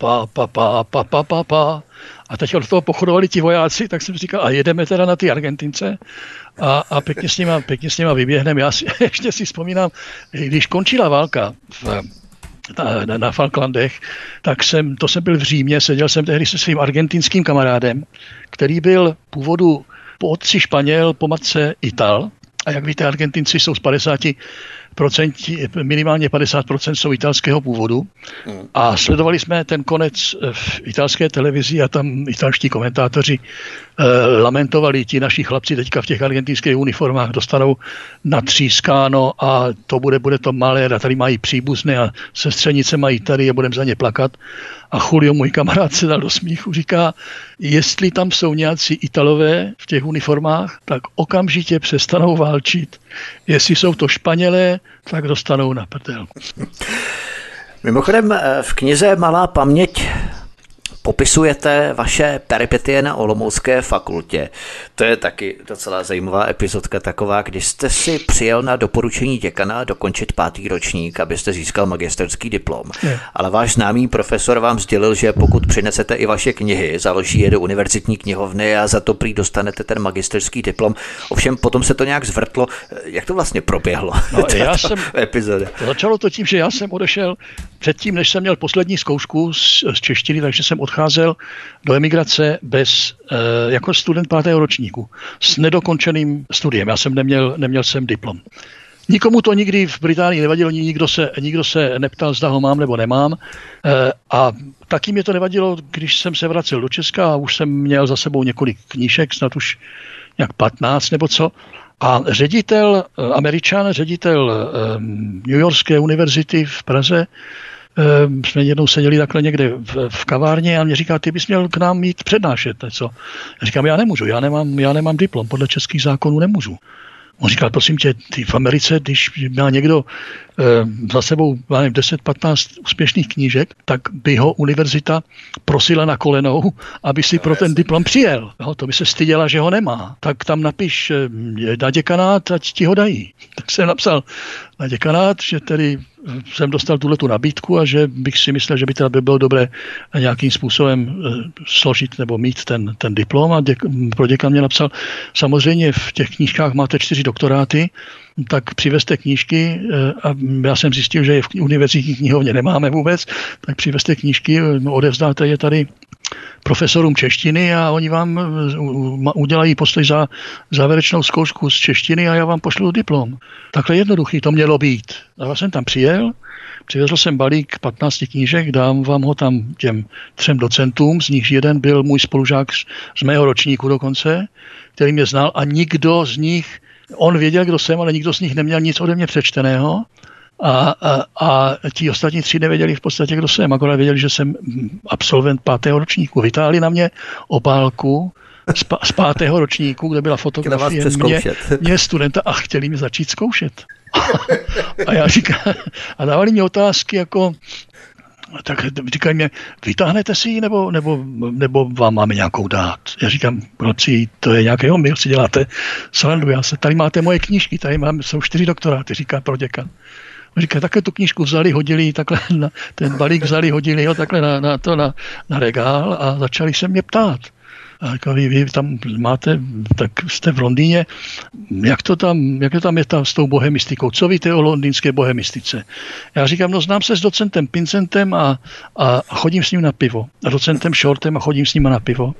A teď od toho pochodovali ti vojáci, tak jsem říkal, a jedeme teda na ty Argentince a pěkně s nima vyběhneme. Já ještě si vzpomínám, když končila válka na Falklandech, tak jsem byl v Římě, seděl jsem tehdy se svým argentinským kamarádem, který byl původu po otci Španěl, po matce Ital. A jak víte, Argentinci jsou z 50%, minimálně 50% jsou italského původu. A sledovali jsme ten konec v italské televizi a tam italští komentátoři lamentovali, ti naši chlapci teďka v těch argentinských uniformách dostanou natřískáno a to bude to malé a tady mají příbuzné a sestřenice mají tady a budeme za ně plakat. A Julio, můj kamarád, se dal do smíchu, říká, jestli tam jsou nějací Italové v těch uniformách, tak okamžitě přestanou válčit. Jestli jsou to Španělé, tak dostanou na prdel. Mimochodem v knize Malá paměť Popisujete vaše peripetie na Olomoucké fakultě. To je taky docela zajímavá epizodka taková, když jste si přijel na doporučení děkana dokončit 5. ročník, abyste získal magisterský diplom. Ale váš známý profesor vám sdělil, že pokud přinesete i vaše knihy, založí je do univerzitní knihovny a za to prý dostanete ten magisterský diplom. Ovšem potom se to nějak zvrtlo. Jak to vlastně proběhlo? No, epizoda. Začalo to tím, že já jsem odešel předtím, než jsem měl poslední zkoušku z češtiny, takže jsem odcházel do emigrace jako student 5. ročníku s nedokončeným studiem. Já jsem neměl jsem diplom. Nikomu to nikdy v Británii nevadilo, nikdo se neptal, zda ho mám nebo nemám. A taky mě to nevadilo, když jsem se vracel do Česka a už jsem měl za sebou několik knížek, snad už nějak 15 nebo co. A Američan, ředitel New Yorkské univerzity v Praze, jsme jednou seděli takhle někde v kavárně a mě říká, ty bys měl k nám jít přednášet něco. Já říkám, já nemůžu, já nemám diplom, podle českých zákonů nemůžu. On říkal, prosím tě, ty v Americe, když má někdo za sebou 10-15 úspěšných knížek, tak by ho univerzita prosila na kolenou, aby si pro ten diplom přijel. No, to by se styděla, že ho nemá. Tak tam napiš na děkanát, ať ti ho dají. Tak jsem napsal na děkanát, že tedy jsem dostal tuhletu nabídku a že bych si myslel, že by teda bylo dobré nějakým způsobem složit nebo mít ten diplom. A pro děkan mě napsal, samozřejmě v těch knížkách máte 4 doktoráty, tak přivezte knížky a já jsem zjistil, že je v univerzitní knihovně nemáme vůbec, tak přivezte knížky, odevzdáte je tady profesorům češtiny a oni vám udělají poslej za závěrečnou zkoušku z češtiny a já vám pošlu diplom. Takhle jednoduchý to mělo být. A já jsem tam přijel, přivezl jsem balík 15 knížek, dám vám ho tam těm 3 docentům, z nich jeden byl můj spolužák z mého ročníku dokonce, který mě znal a nikdo z nich, on věděl, kdo jsem, ale nikdo z nich neměl nic ode mě přečteného. A ti ostatní 3 nevěděli v podstatě, kdo jsem, akorát věděli, že jsem absolvent 5. ročníku. Vytáhli na mě obálku z 5. ročníku, kde byla fotografie mě studenta a chtěli mě začít zkoušet. A já říkám, a dávali mi otázky jako, tak říkají mě, vytáhnete si ji nebo vám máme nějakou dát? Já říkám, chlapci, to je nějaký omyl, si děláte srandu, tady máte moje knížky, jsou 4 doktoráty, říká proděkan. Říká, takhle tu knížku vzali, hodili, takhle ten balík vzali, hodili ho takhle na regál a začali se mě ptát. A říká, vy tam máte, tak jste v Londýně, jak to tam je s tou bohemistikou? Co víte o londýnské bohemistice? Já říkám, no znám se s docentem Pincentem a chodím s ním na pivo. A docentem Shortem a chodím s ním na pivo.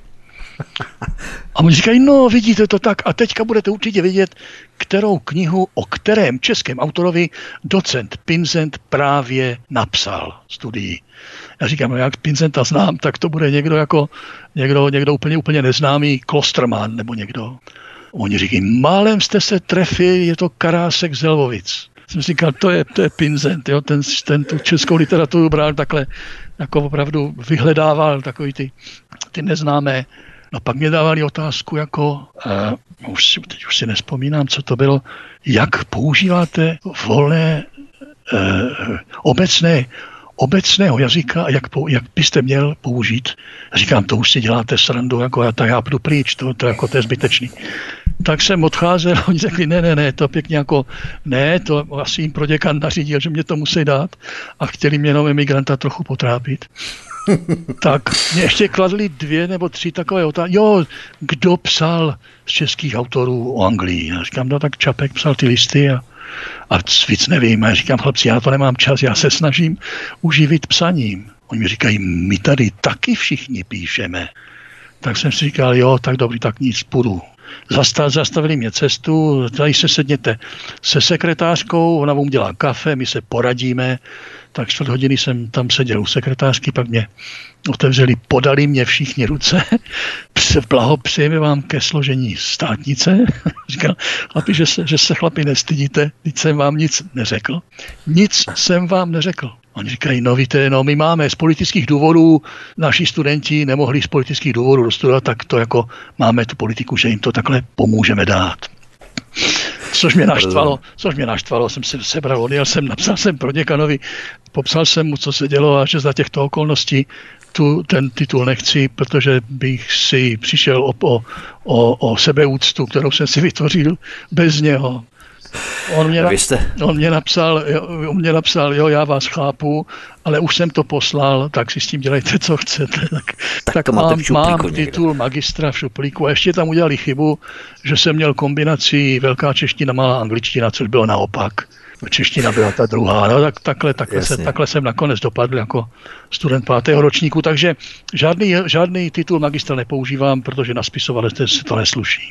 A oni říkají, no vidíte to tak a teďka budete určitě vědět, kterou knihu o kterém českém autorovi docent Pincent právě napsal studii. Já říkám, no jak Pincenta znám, tak to bude někdo úplně neznámý, Klosterman nebo někdo. Oni říkají, málem jste se trefili, je to Karásek z Lvovic. Jsem si říkal, to je Pincent, jo, ten tu českou literaturu bral takhle, jako opravdu vyhledával takový ty neznámé. No pak mě dávali otázku jako, teď už si nespomínám, co to bylo, jak používáte volné obecného jazyka a jak byste měl použít. Říkám, to už si děláte srandu, jako já půjdu pryč, to je zbytečný. Tak jsem odcházel a oni řekli, ne, to pěkně jako, ne, to asi jim proděkan nařídil, že mě to musí dát a chtěli mě jenom emigranta trochu potrápit. Tak mě ještě kladli 2 nebo 3 takové otázky. Jo, kdo psal z českých autorů o Anglii? Já říkám, no tak Čapek psal ty listy a víc nevím. A já říkám, chlapci, já na to nemám čas, já se snažím uživit psaním. Oni mi říkají, my tady taky všichni píšeme. Tak jsem si říkal, jo, tak dobrý, tak nic, půjdu. Zastavili mě cestu, tady se sedněte se sekretářkou, ona vám udělá kafe, my se poradíme. Tak 4 hodiny jsem tam seděl u sekretářky, pak mě otevřeli, podali mě všichni ruce, blahopřejeme vám ke složení státnice. Říkal, chlapi, že se chlapi nestydíte, teď jsem vám nic neřekl. Nic jsem vám neřekl. Oni říkají, no víte, my máme z politických důvodů, naši studenti nemohli z politických důvodů dostudovat, tak to jako máme tu politiku, že jim to takhle pomůžeme dát. Což mě naštvalo, jsem si sebral, odjel jsem, napsal jsem pro děkanovi, popsal jsem mu, co se dělo a že za těchto okolností ten titul nechci, protože bych si přišel o sebeúctu, kterou jsem si vytvořil bez něho. On mě napsal, jo, já vás chápu, ale už jsem to poslal, tak si s tím dělejte, co chcete. Tak mám titul magistra v šuplíku a ještě tam udělali chybu, že jsem měl kombinaci velká čeština, malá angličtina, což bylo naopak. Čeština byla ta druhá. No, takhle jsem nakonec dopadl jako student 5. ročníku, takže žádný titul magistra nepoužívám, protože na spisovalec se to nesluší.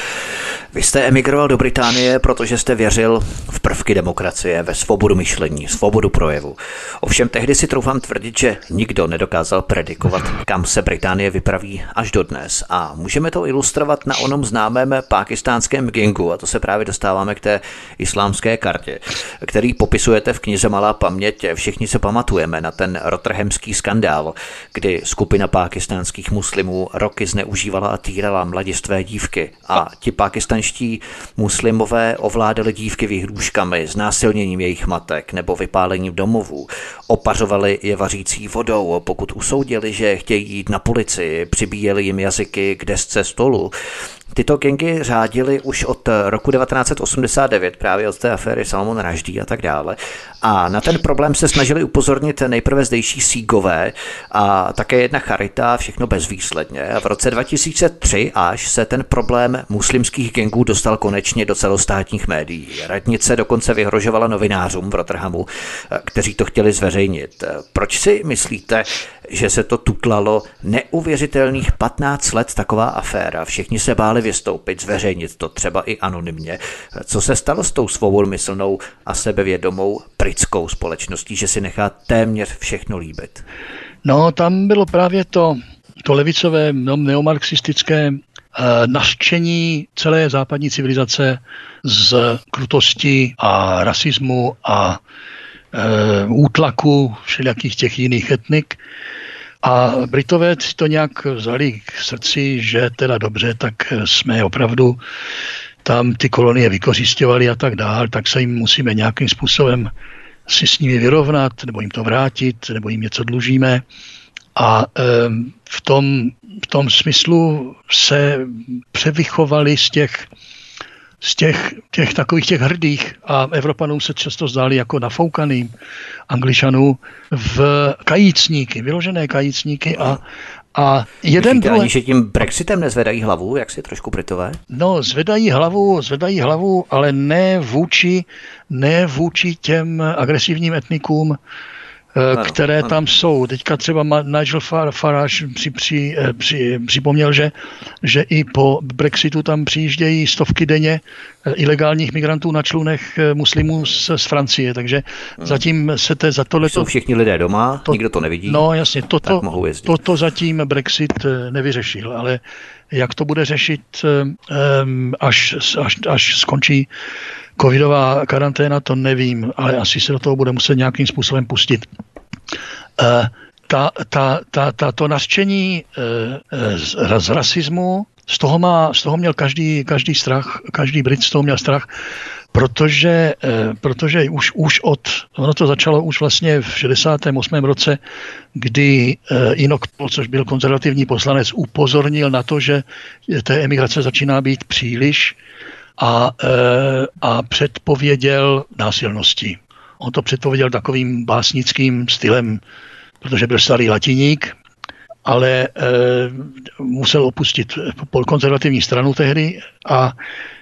Vy jste emigroval do Británie, protože jste věřil v prvky demokracie, ve svobodu myšlení, svobodu projevu. Ovšem tehdy si troufám tvrdit, že nikdo nedokázal predikovat, kam se Británie vypraví až dodnes. A můžeme to ilustrovat na onom známém pákistánském gangu, a to se právě dostáváme k té islámské kartě, který popisujete v knize Malá paměť. Všichni se pamatujeme na ten rotterhamský skandál, kdy skupina pákistánských muslimů roky zneužívala a týrala mladistvé dívky a ti pákistánští muslimové ovládali dívky výhrůžkami, znásilněním jejich matek nebo vypálením domovů. Opařovali je vařící vodou, pokud usoudili, že chtějí jít na policii, přibíjeli jim jazyky k desce stolu. Tyto gangy řádily už od roku 1989, právě od té aféry Salman Rushdie a tak dále. A na ten problém se snažili upozornit nejprve zdejší Sígové a také jedna charita, všechno bezvýsledně. A v roce 2003 až se ten problém muslimských gangů dostal konečně do celostátních médií. Radnice dokonce vyhrožovala novinářům v Rotterhamu, kteří to chtěli zveřejnit. Proč si myslíte, že se to tutlalo neuvěřitelných 15 let taková aféra? Všichni se báli vystoupit, zveřejnit to třeba i anonymně. Co se stalo s tou svobodmyslnou a sebevědomou britskou společností, že si nechá téměř všechno líbit? No, tam bylo právě to levicové neomarxistické nařčení celé západní civilizace z krutosti a rasismu a útlaku všelijakých těch jiných etnik. A Britové si to nějak vzali k srdci, že teda dobře, tak jsme opravdu tam ty kolonie vykořisťovali a tak dál, tak se jim musíme nějakým způsobem si s nimi vyrovnat, nebo jim to vrátit, nebo jim něco dlužíme. A v tom smyslu se převychovali z těch takových těch hrdých a Evropanům se často zdáli jako nafoukaným Angličanů v kajícníky, vyložené kajícníky a jeden druhý... Ani, že tím Brexitem nezvedají hlavu, jak si trošku Britové? No, zvedají hlavu, ale ne vůči těm agresivním etnikům, které tam jsou. Teďka třeba Nigel Farage připomněl, že i po Brexitu tam přijíždějí stovky denně ilegálních migrantů na člunech muslimů z Francie, takže zatím se za tohleto... Jsou všichni lidé doma, nikdo to nevidí, no jasně, tak mohou jezdit. Toto zatím Brexit nevyřešil, ale jak to bude řešit, až skončí covidová karanténa, to nevím, ale asi se do toho bude muset nějakým způsobem pustit. To nařčení z rasismu, z toho měl každý strach, každý Brit z toho měl strach, protože ono to začalo už vlastně v 68. roce, kdy Enoch Toll, což byl konzervativní poslanec, upozornil na to, že té emigrace začíná být příliš a předpověděl násilnosti. On to předpověděl takovým básnickým stylem, protože byl starý latiník, ale musel opustit konzervativní stranu tehdy a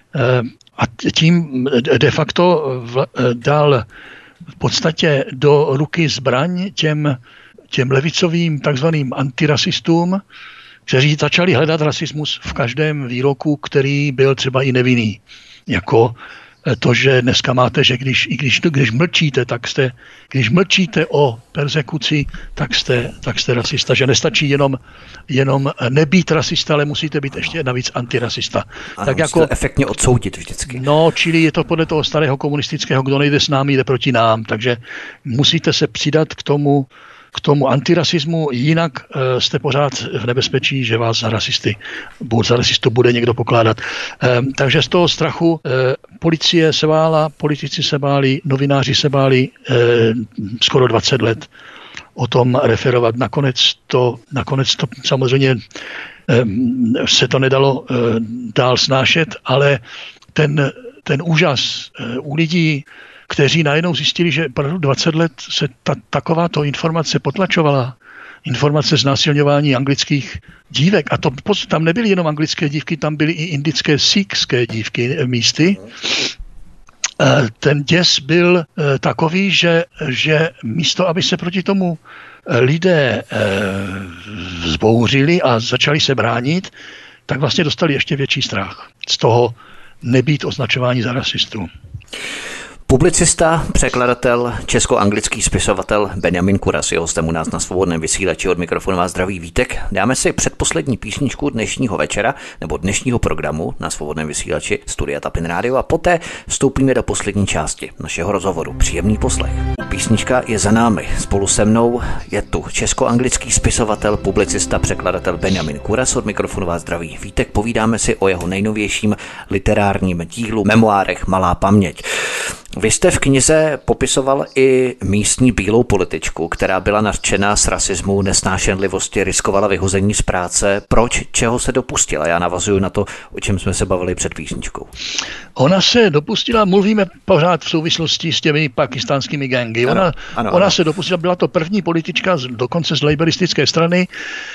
tím de facto dal v podstatě do ruky zbraň těm levicovým takzvaným antirasistům, kteří začali hledat rasismus v každém výroku, který byl třeba i nevinný. Jako to, že dneska máte, že když mlčíte, když mlčíte o perzekuci, tak jste rasista. Že nestačí jenom nebýt rasista, ale musíte být ještě navíc antirasista. Ano, tak jako efektně odsoudit vždycky. No, čili je to podle toho starého komunistického, kdo nejde s námi, jde proti nám. Takže musíte se přidat k tomu k tomu antirasismu, jinak jste pořád v nebezpečí, že vás za rasistu bude někdo pokládat. Takže z toho strachu policie se bála, politici se báli, novináři se báli skoro 20 let o tom referovat. Nakonec to samozřejmě se to nedalo dál snášet, ale ten úžas u lidí, kteří najednou zjistili, že 20 let se takováto informace potlačovala, informace znásilňování anglických dívek. A to tam nebyly jenom anglické dívky, tam byly i indické síkské dívky místy. Ten děs byl takový, že místo, aby se proti tomu lidé vzbouřili a začali se bránit, tak vlastně dostali ještě větší strach z toho nebýt označování za rasistu. Publicista, překladatel, česko-anglický spisovatel Benjamin Kuras je hostem u nás na Svobodném vysílači. Od mikrofonu vás zdraví Vítek. Dáme si předposlední písničku dnešního večera nebo dnešního programu na Svobodném vysílači Studia Tapin Radio a poté vstoupíme do poslední části našeho rozhovoru. Příjemný poslech. Písnička je za námi. Spolu se mnou je tu česko-anglický spisovatel, publicista, překladatel Benjamin Kuras. Od mikrofonu vás zdraví Vítek. Povídáme si o jeho nejnovějším literárním dílu, memoárech Malá paměť. Vy jste v knize popisoval i místní bílou političku, která byla nařčena z rasismu, nesnášenlivosti, riskovala vyhození z práce. Proč? Čeho se dopustila? Já navazuju na to, o čem jsme se bavili před písničkou. Ona se dopustila, mluvíme pořád v souvislosti s těmi pakistánskými gangy. Ona se dopustila, byla to první politička, dokonce z laboristické strany,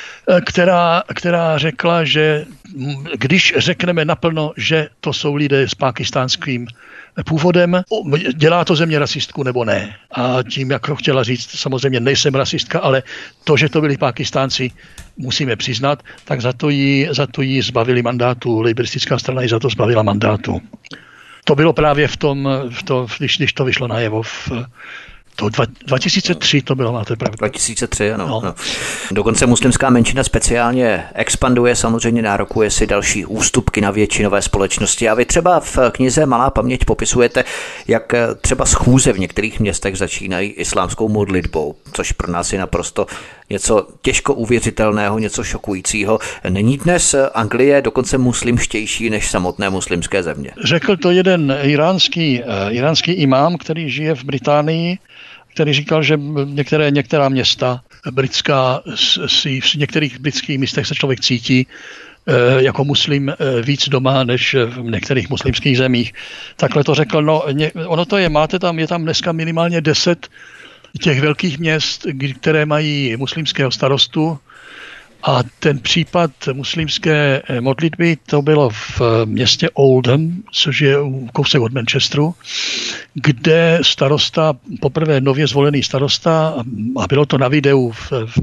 která řekla, že když řekneme naplno, že to jsou lidé s pákistánským původem, dělá to ze mě rasistku nebo ne. A tím, jak ho chtěla říct, samozřejmě nejsem rasistka, ale to, že to byli Pákistánci, musíme přiznat, tak za to jí zbavili mandátu. Laboristická strana ji za to zbavila mandátu. To bylo právě když to vyšlo najevo to 2003 to bylo, máte pravdu. 2003, ano. No. Dokonce muslimská menšina speciálně expanduje, samozřejmě nárokuje si další ústupky na většinové společnosti. A vy třeba v knize Malá paměť popisujete, jak třeba schůze v některých městech začínají islámskou modlitbou, což pro nás je naprosto něco těžko uvěřitelného, něco šokujícího. Není dnes Anglie dokonce muslimštější než samotné muslimské země? Řekl to jeden iránský imám, který žije v Británii, který říkal, že některá města britská, v některých britských místech se člověk cítí jako muslim víc doma než v některých muslimských zemích. Takhle to řekl. No, ono to je tam dneska minimálně 10 těch velkých měst, které mají muslimského starostu. A ten případ muslimské modlitby, to bylo v městě Oldham, což je kousek od Manchesteru, kde starosta, poprvé nově zvolený starosta, a bylo to na videu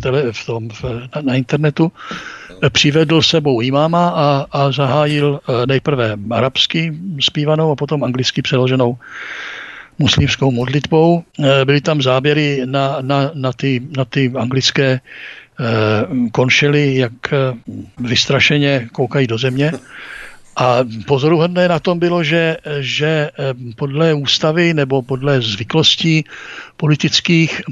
na internetu, přivedl sebou imáma a zahájil nejprve arabsky zpívanou a potom anglicky přeloženou muslimskou modlitbou. Byly tam záběry na ty anglické konšely, jak vystrašeně koukají do země. A pozoruhodné na tom bylo, že podle ústavy nebo podle zvyklostí politických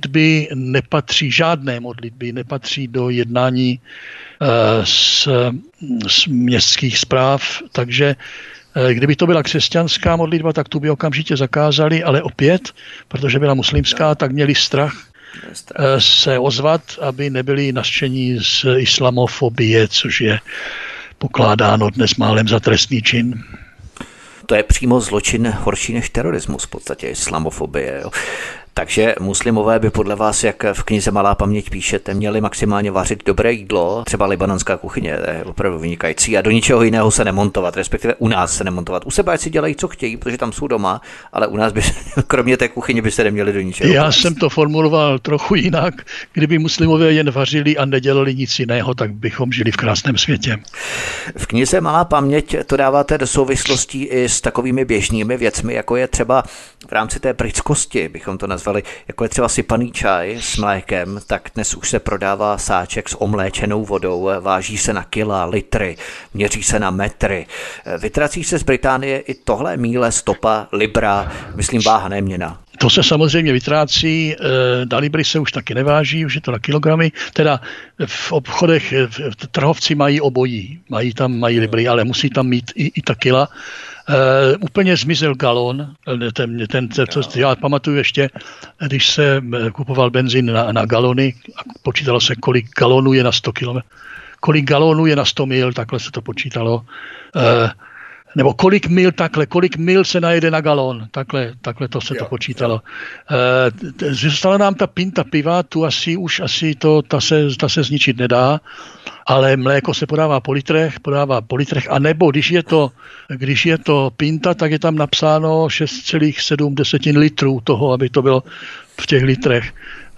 žádné modlitby nepatří do jednání z městských správ, takže kdyby to byla křesťanská modlitba, tak tu by okamžitě zakázali, ale opět, protože byla muslimská, tak měli strach se ozvat, aby nebyli nařčeni z islamofobie, což je pokládáno dnes málem za trestný čin. To je přímo zločin horší než terorismus, v podstatě islamofobie. Jo. Takže muslimové by podle vás, jak v knize Malá paměť píšete, měli maximálně vařit dobré jídlo, třeba libanonská kuchyně, je opravdu vynikající, a do ničeho jiného se nemontovat, respektive u nás se nemontovat. U sebe ať si dělají, co chtějí, protože tam jsou doma, ale u nás by se, kromě té kuchyně by se neměli do ničeho. Já jsem to formuloval trochu jinak. Kdyby muslimové jen vařili a nedělali nic jiného, tak bychom žili v krásném světě. V knize Malá paměť to dáváte do souvislostí i s takovými běžnými věcmi, jako je třeba v rámci té britskosti, bychom to nazvali, jako je třeba sypaný čaj s mlékem, tak dnes už se prodává sáček s omléčenou vodou, váží se na kila, litry, měří se na metry. Vytrací se z Británie i tohle míle, stopa, libra, myslím váha, ne měna. To se samozřejmě vytrácí, na libry se už taky neváží, už je to na kilogramy, teda v obchodech trhovci mají obojí, mají libry, ale musí tam mít i ta kila. Úplně zmizel galon, já pamatuju ještě, když se kupoval benzín na galony a počítalo se, kolik galonů je na 100 kilometrů, kolik galonů je na 100 mil, takhle se to počítalo. Nebo kolik mil se najede na galon, takhle to se to počítalo. Zůstala nám ta pinta piva, tu asi ta se zničit nedá, ale mléko se podává po litrech, a nebo když je to pinta, tak je tam napsáno 6,7 litrů toho, aby to bylo v těch litrech.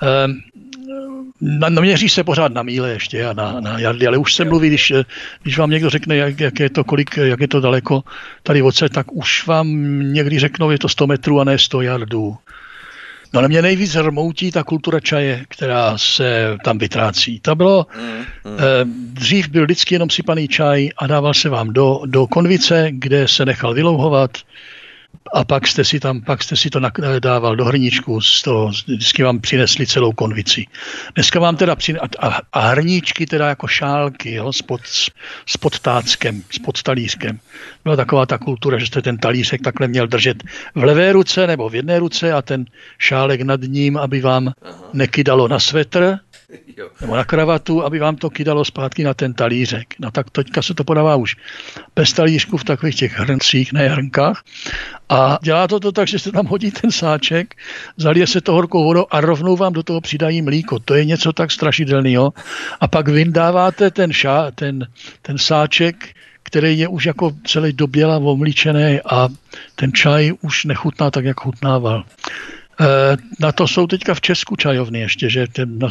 Měří se pořád na míle ještě a na jardy, ale už se mluví, když vám někdo řekne, jak je to daleko tady odsaď, tak už vám někdy řeknou, je to 100 metrů a ne 100 jardů. No ale mě nejvíc rmoutí ta kultura čaje, která se tam vytrácí. To bylo, dřív byl vždycky jenom sypaný čaj a dával se vám do konvice, kde se nechal vylouhovat, a pak jste si to dával do hrníčku, vždycky vám přinesli celou konvici. Dneska vám teda a hrníčky teda jako šálky, jo, s podtáckem, s podtalířkem. Byla taková ta kultura, že jste ten talířek takhle měl držet v levé ruce nebo v jedné ruce a ten šálek nad ním, aby vám nekydalo na svetr nebo na kravatu, aby vám to kydalo zpátky na ten talířek. No tak teďka se to podává už bez talířku v takových těch hrncích, ne hrnkách. A dělá to tak, že se tam hodí ten sáček, zalije se to horkou vodou a rovnou vám do toho přidají mlíko. To je něco tak strašidelného. A pak vyndáváte ten sáček, který je už jako celý doběla omlíčený a ten čaj už nechutná tak, jak chutnával. Na to jsou teďka v Česku čajovny ještě, že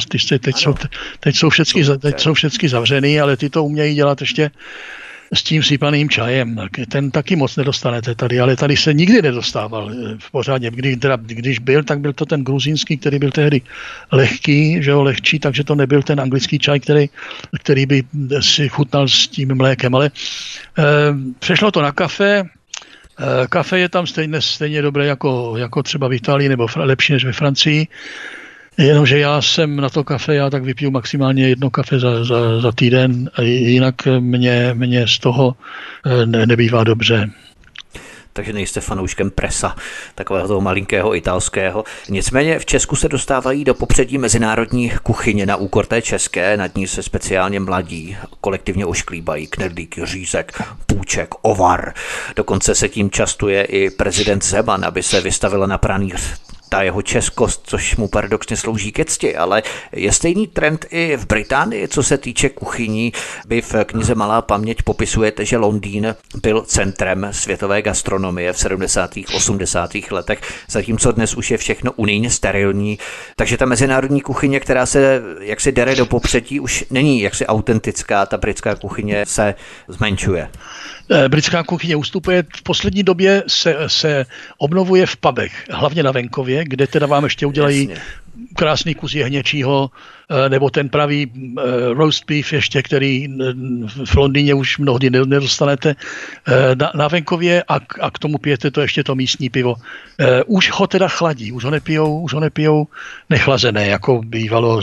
teď jsou všechny zavřený, ale ty to umějí dělat ještě s tím sypaným čajem. Ten taky moc nedostanete tady, ale tady se nikdy nedostával pořádně. Když byl, tak byl to ten gruzínský, který byl tehdy lehčí, takže to nebyl ten anglický čaj, který by si chutnal s tím mlékem. Ale přešlo to na kafe. Kafe je tam stejně dobré jako třeba v Itálii, nebo lepší než ve Francii. Jenomže já jsem na to kafe, já tak vypiju maximálně 1 kafe za týden, a jinak mě z toho nebývá dobře. Takže nejste fanouškem presa, takového toho malinkého italského. Nicméně v Česku se dostávají do popředí mezinárodní kuchyně na úkor té české, nad ní se speciálně mladí kolektivně ošklíbají knedlík, řízek, půček, ovar. Dokonce se tím častuje i prezident Zeman, aby se vystavila na pranýř ta jeho českost, což mu paradoxně slouží ke cti, ale je stejný trend i v Británii, co se týče kuchyní. Vy v knize Malá paměť popisujete, že Londýn byl centrem světové gastronomie v 70. 80. letech, zatímco dnes už je všechno unijně sterilní. Takže ta mezinárodní kuchyně, která se jaksi dere do popředí, už není jaksi autentická, ta britská kuchyně se zmenšuje. Britská kuchyně ustupuje. V poslední době se obnovuje v pubech, hlavně na venkově, kde teda vám ještě udělají krásný kus jehněčího, nebo ten pravý roast beef ještě, který v Londýně už mnohdy nedostanete na venkově a k tomu pijete to ještě to místní pivo. Už ho teda chladí, už ho nepijou nechlazené, jako bývalo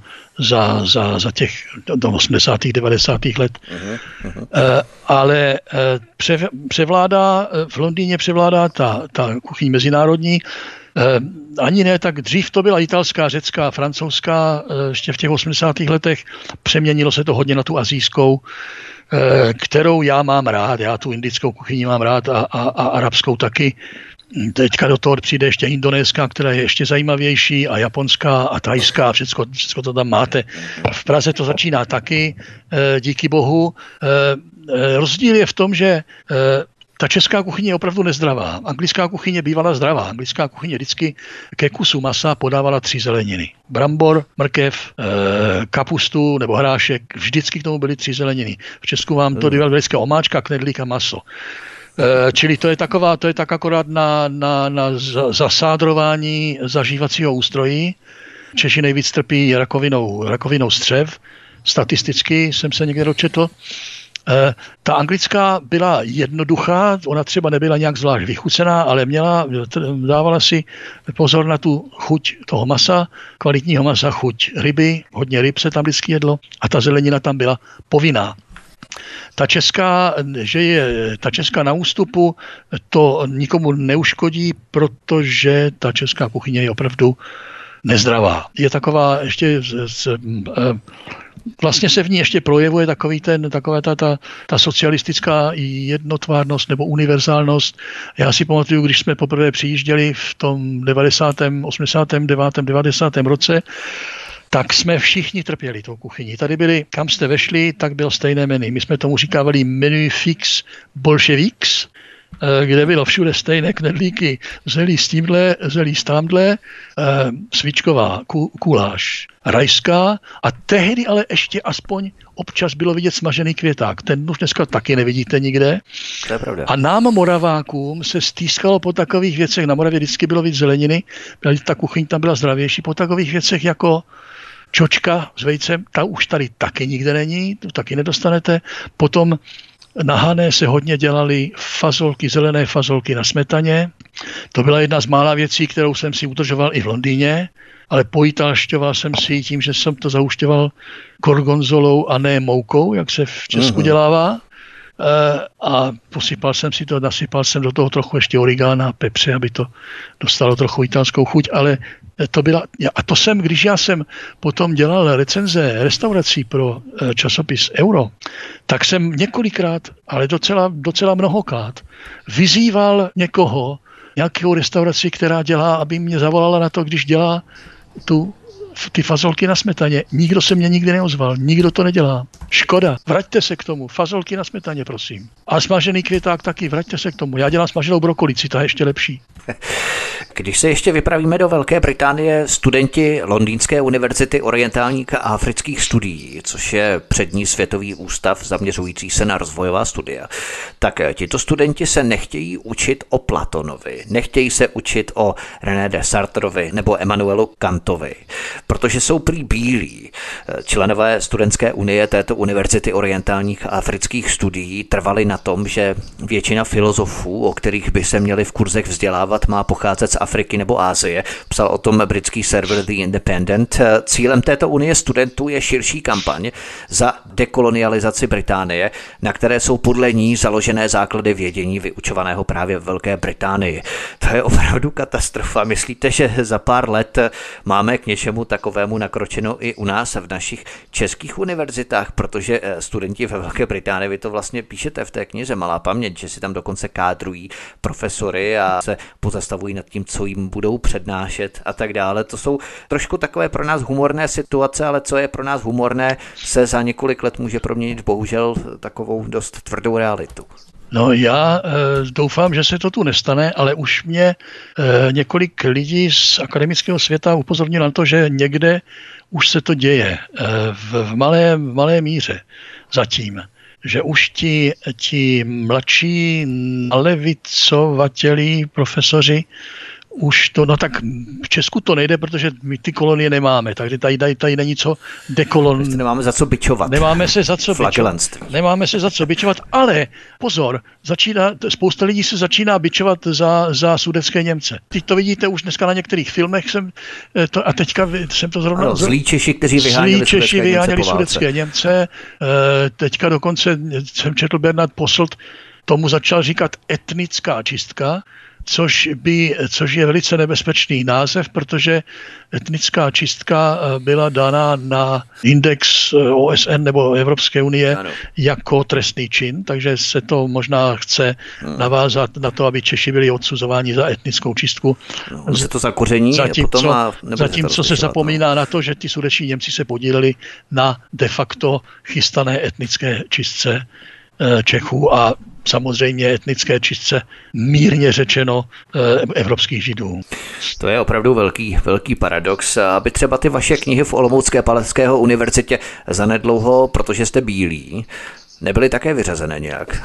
za těch do 80. 90. let. Ale v Londýně převládá ta kuchyň mezinárodní. Ani ne, tak dřív to byla italská, řecká, francouzská, ještě v těch 80. letech. Přeměnilo se to hodně na tu asijskou, kterou já mám rád. Já tu indickou kuchyni mám rád a arabskou taky. Teďka do toho přijde ještě indonéská, která je ještě zajímavější, a japonská a thajská, všechno to tam máte. V Praze to začíná taky, díky bohu. Rozdíl je v tom, že ta česká kuchyně je opravdu nezdravá. Anglická kuchyně bývala zdravá. Anglická kuchyně vždycky ke kusu masa podávala 3 zeleniny. Brambor, mrkev, kapustu nebo hrášek. Vždycky k tomu byly 3 zeleniny. V Česku vám to dával vždycky omáčka, knedlík a maso. Čili to je tak akorát na zasádrování zažívacího ústrojí. Češi nejvíc trpí rakovinou střev. Statisticky jsem se někde dočetl. Ta anglická byla jednoduchá, ona třeba nebyla nějak zvlášť vychucená, ale dávala si pozor na tu chuť toho masa, kvalitního masa, chuť ryby, hodně ryb se tam vždycky jedlo a ta zelenina tam byla povinná. Ta česká na ústupu, to nikomu neuškodí, protože ta česká kuchyně je opravdu nezdravá. Je taková ještě vlastně se v ní ještě projevuje taková ta socialistická jednotvárnost nebo univerzálnost. Já si pamatuju, když jsme poprvé přijížděli v tom 90. roce, tak jsme všichni trpěli tou kuchyni. Tady byli, kam jste vešli, tak byl stejné menu. My jsme tomu říkávali menu fix bolševiks, kde bylo všude stejné knedlíky, zelí z tímhle, zelí z tamhle, svíčková guláš, rajská a tehdy ale ještě aspoň občas bylo vidět smažený květák. Ten už dneska taky nevidíte nikde. To je pravda. A nám Moravákům se stýskalo po takových věcech, na Moravě vždycky bylo víc zeleniny, ta kuchyň tam byla zdravější, po takových věcech jako čočka s vejcem, ta už tady taky nikde není, tu taky nedostanete. Potom na Hané se hodně dělaly fazolky, zelené fazolky na smetaně. To byla jedna z mála věcí, kterou jsem si udržoval i v Londýně, ale poitalšťoval jsem si tím, že jsem to zaušťoval gorgonzolou a ne moukou, jak se v Česku dělává. A nasypal jsem do toho trochu ještě origána, pepře, aby to dostalo trochu italskou chuť, ale když já jsem potom dělal recenze restaurací pro časopis Euro, tak jsem několikrát, ale docela mnohokrát vyzýval nějakou restauraci, která dělá, aby mě zavolala na to, když dělá ty fazolky na smetaně. Nikdo se mě nikdy neozval, nikdo to nedělá. Škoda, vraťte se k tomu. Fazolky na smetaně, prosím. A smažený květák taky, vraťte se k tomu. Já dělám smaženou brokolici, ta je ještě lepší. Když se ještě vypravíme do Velké Británie, studenti Londýnské univerzity orientálních a afrických studií, což je přední světový ústav zaměřující se na rozvojová studia, tak tito studenti se nechtějí učit o Platonovi, nechtějí se učit o René Desartrovi nebo Emmanuelu Kantovi, protože jsou prý bílí. Členové studentské unie této univerzity orientálních a afrických studií trvali na tom, že většina filozofů, o kterých by se měli v kurzech vzdělávat, má pocházet z Afriky nebo Asie. Psal o tom britský server The Independent. Cílem této unie studentů je širší kampaň za dekolonializaci Británie, na které jsou podle ní založené základy vědění vyučovaného právě v Velké Británii. To je opravdu katastrofa. Myslíte, že za pár let máme k něčemu takovému nakročeno i u nás v našich českých univerzitách, protože studenti ve Velké Británii, vy to vlastně píšete v té knize Malá paměť, že si tam dokonce kádrují profesory a se pozastavují nad tím, co jim budou přednášet a tak dále. To jsou trošku takové pro nás humorné situace, ale co je pro nás humorné, se za několik let může proměnit bohužel takovou dost tvrdou realitu. No já doufám, že se to tu nestane, ale už mě několik lidí z akademického světa upozornilo na to, že někde už se to děje v malé míře zatím. Že už ti mladší nalevicovatělí profesoři už to, no tak v Česku to nejde, protože my ty kolonie nemáme, takže tady není co Nemáme za co bičovat. Nemáme se za co bičovat, ale pozor, spousta lidí se začíná bičovat za sudetské Němce. Teď to vidíte už dneska na některých filmech, a teďka jsem to zrovna... Zlí Češi, kteří vyháněli sudetské Němce. Teďka dokonce jsem četl Bernard Posselt, tomu začal říkat etnická čistka, což je velice nebezpečný název, protože etnická čistka byla dána na index OSN nebo Evropské unie jako trestný čin, takže se to možná chce navázat na to, aby Češi byli odsuzováni za etnickou čistku. Se to zakoření zatímco se zapomíná na to, že ti sudetští Němci se podíleli na de facto chystané etnické čistce Čechů a samozřejmě etnické čistce mírně řečeno evropských Židů. To je opravdu velký paradox. Aby třeba ty vaše knihy v Olomoucké Palackého univerzitě zanedlouho, protože jste bílí, nebyly také vyřazené nějak.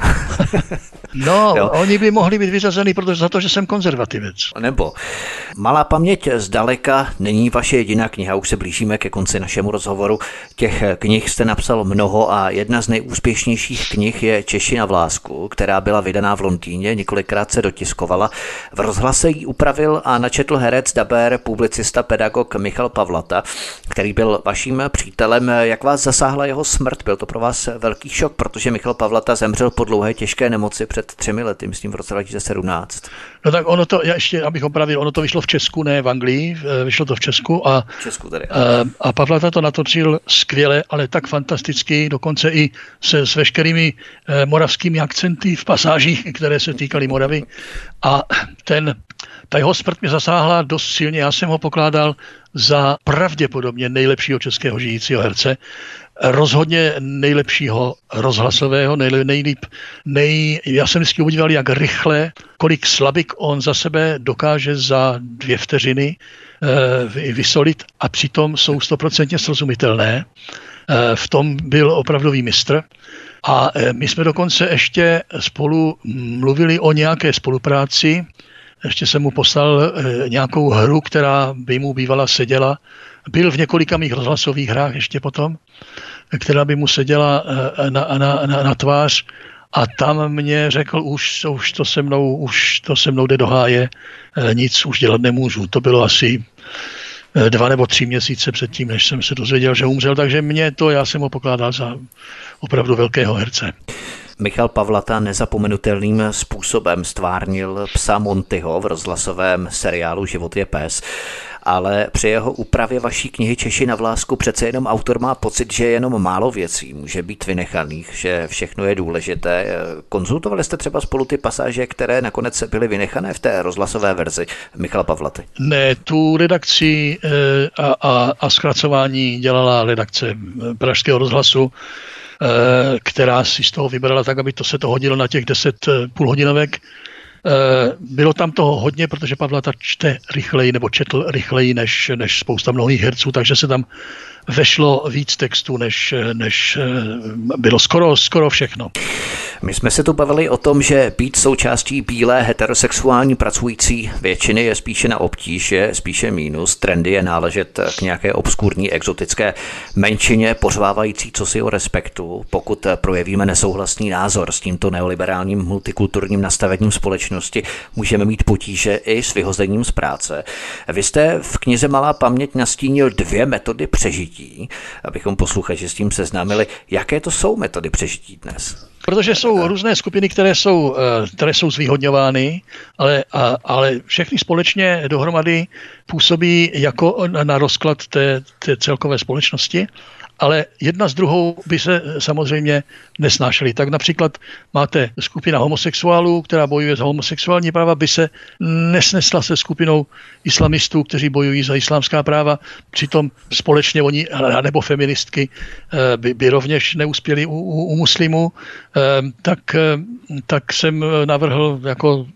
No, oni by mohli být vyřazeny, protože za to, že jsem konzervativec. Nebo Malá paměť zdaleka není vaše jediná kniha, už se blížíme ke konci našemu rozhovoru. Těch knih jste napsal mnoho a jedna z nejúspěšnějších knih je Češi na vlásku, která byla vydaná v Londýně, několikrát se dotiskovala. V rozhlase ji upravil a načetl herec, dabér, publicista, pedagog Michal Pavlata, který byl vaším přítelem. Jak vás zasáhla jeho smrt? Byl to pro vás velký šok, protože Michal Pavlata zemřel po dlouhé těžké nemoci před 3 lety, myslím v roce 2017. No tak ono to, já ještě, abych opravil, ono to vyšlo v Česku, ne v Anglii, vyšlo to v Česku a Pavlata to natočil skvěle, ale tak fantasticky, dokonce i s veškerými moravskými akcenty v pasážích, které se týkaly Moravy. A ta jeho smrt mě zasáhla dost silně, já jsem ho pokládal za pravděpodobně nejlepšího českého žijícího herce, rozhodně nejlepšího rozhlasového, já jsem vždycky udělal, jak rychle, kolik slabik on za sebe dokáže za 2 vteřiny vysolit a přitom jsou 100% srozumitelné. V tom byl opravdový mistr. A my jsme dokonce ještě spolu mluvili o nějaké spolupráci. Ještě jsem mu poslal nějakou hru, která by mu bývala seděla. Byl v několika mých rozhlasových hrách ještě potom, která by mu seděla na tvář. A tam mě řekl, už to se mnou jde do háje, nic už dělat nemůžu. To bylo asi 2 nebo 3 měsíce předtím, než jsem se dozvěděl, že umřel, takže já jsem ho pokládal za opravdu velkého herce. Michal Pavlata nezapomenutelným způsobem stvárnil psa Montyho v rozhlasovém seriálu Život je pes, ale při jeho úpravě vaší knihy Češi na vlásku přece jenom autor má pocit, že jenom málo věcí může být vynechaných, že všechno je důležité. Konzultovali jste třeba spolu ty pasáže, které nakonec byly vynechané v té rozhlasové verzi Michala Pavlaty? Ne, tu redakci a zkracování dělala redakce Pražského rozhlasu, která si z toho vybrala tak, aby se to hodilo na těch 10 půlhodinovek. Bylo tam toho hodně, protože Pavlata čte rychleji nebo četl rychleji než spousta mnohých herců, takže se tam vešlo víc textů, než bylo skoro všechno. My jsme se tu bavili o tom, že být součástí bílé heterosexuální pracující většiny je spíše na obtíž, je spíše mínus. Trendy je náležet k nějaké obskurní exotické menšině, pořvávající cosi o respektu. Pokud projevíme nesouhlasný názor s tímto neoliberálním multikulturním nastavením společnosti, můžeme mít potíže i s vyhozením z práce. Vy jste v knize Malá paměť nastínil 2 metody přežití, abychom posluchači s tím seznámili. Jaké to jsou metody přežití dnes? Protože jsou různé skupiny, které jsou zvýhodňovány, ale všechny společně dohromady působí jako na rozklad té celkové společnosti, ale jedna s druhou by se samozřejmě nesnášely. Tak například máte skupina homosexuálů, která bojuje za homosexuální práva, by se nesnesla se skupinou islamistů, kteří bojují za islámská práva, přitom společně oni, nebo feministky, by rovněž neuspěli u muslimů, tak jsem navrhl jako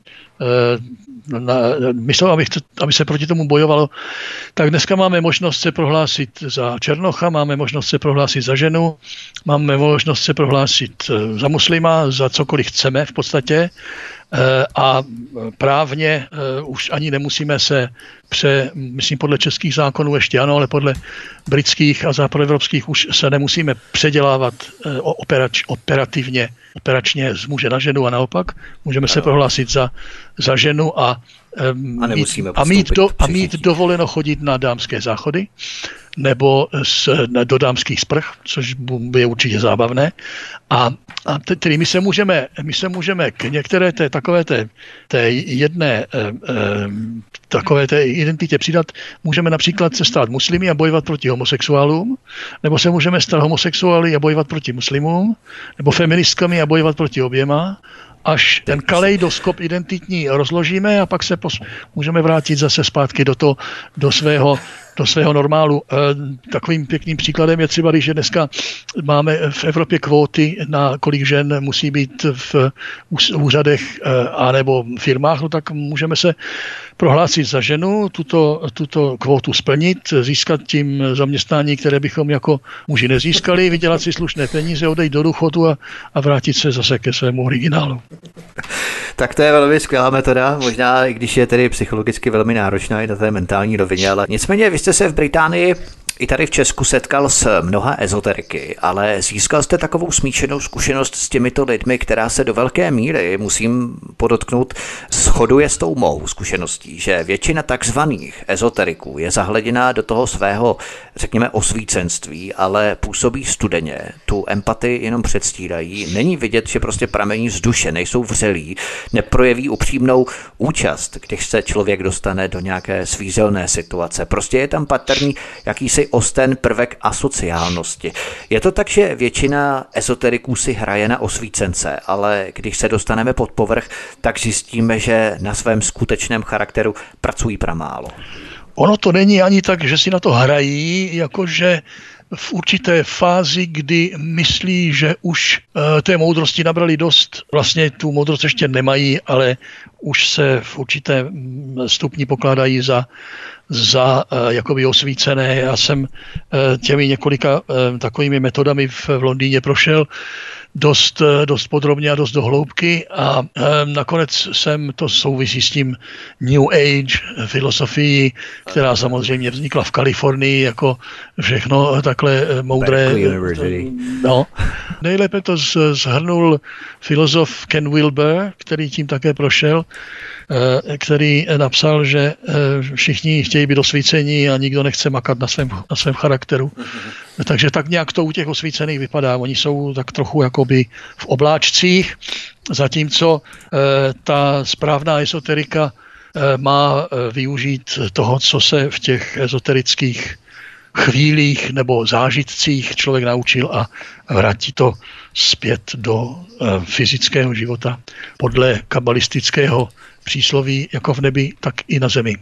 myslel, aby se proti tomu bojovalo, tak dneska máme možnost se prohlásit za černocha, máme možnost se prohlásit za ženu, máme možnost se prohlásit za muslima, za cokoliv chceme v podstatě a právně už ani nemusíme myslím podle českých zákonů ještě ano, ale podle britských a západoevropských už se nemusíme předělávat operačně z muže na ženu a naopak. Můžeme se prohlásit za ženu a mít dovoleno chodit na dámské záchody nebo do dámských sprch, což je určitě zábavné. A tedy my se můžeme k některé té jedné takové té identitě přidat. Můžeme například se stát muslimy a bojovat proti homosexuálům, nebo se můžeme stát homosexuály a bojovat proti muslimům, nebo feministkami a bojovat proti oběma, až ten kaleidoskop identitní rozložíme a pak se můžeme vrátit zase zpátky do svého normálu. Takovým pěkným příkladem je třeba, že dneska máme v Evropě kvóty na kolik žen musí být v úřadech anebo firmách, no tak můžeme se prohlásit za ženu, tuto kvótu splnit, získat tím zaměstnání, které bychom jako muži nezískali, vydělat si slušné peníze, odejít do důchodu a vrátit se zase ke svému originálu. Tak to je velmi skvělá metoda, možná i když je tedy psychologicky velmi náročná i na té mentální rovině, ale nicméně vy jste se v Británii i tady v Česku setkal s mnoha ezoteriky, ale získal jste takovou smíšenou zkušenost s těmito lidmi, která se do velké míry, musím podotknout, shoduje s tou mou zkušeností, že většina takzvaných ezoteriků je zahleděná do toho svého, řekněme, osvícenství, ale působí studeně, tu empatii jenom předstírají, není vidět, že prostě pramení z duše, nejsou vřelí, neprojeví upřímnou účast, když se člověk dostane do nějaké svízelné situace. Prostě je tam patrný jakýsi osten prvek asociálnosti. Je to tak, že většina ezoteriků si hraje na osvícence, ale když se dostaneme pod povrch, tak zjistíme, že na svém skutečném charakteru pracují pramálo. Ono to není ani tak, že si na to hrají, jakože v určité fázi, kdy myslí, že už té moudrosti nabrali dost, vlastně tu moudrost ještě nemají, ale už se v určité stupni pokládají za jakoby osvícené. Já jsem těmi několika takovými metodami v Londýně prošel dost podrobně a dost do hloubky a nakonec to souvisí s tím New Age filosofií, která samozřejmě vznikla v Kalifornii jako všechno takhle moudré. No. Nejlépe to shrnul filozof Ken Wilber, který tím také prošel, který napsal, že všichni chtějí být osvícení a nikdo nechce makat na svém charakteru. Takže tak nějak to u těch osvícených vypadá. Oni jsou tak trochu jakoby v obláčcích, zatímco ta správná ezoterika má využít toho, co se v těch ezoterických chvílích nebo zážitcích člověk naučil a vrátí to zpět do fyzického života podle kabalistického přísloví jako v nebi, tak i na zemi.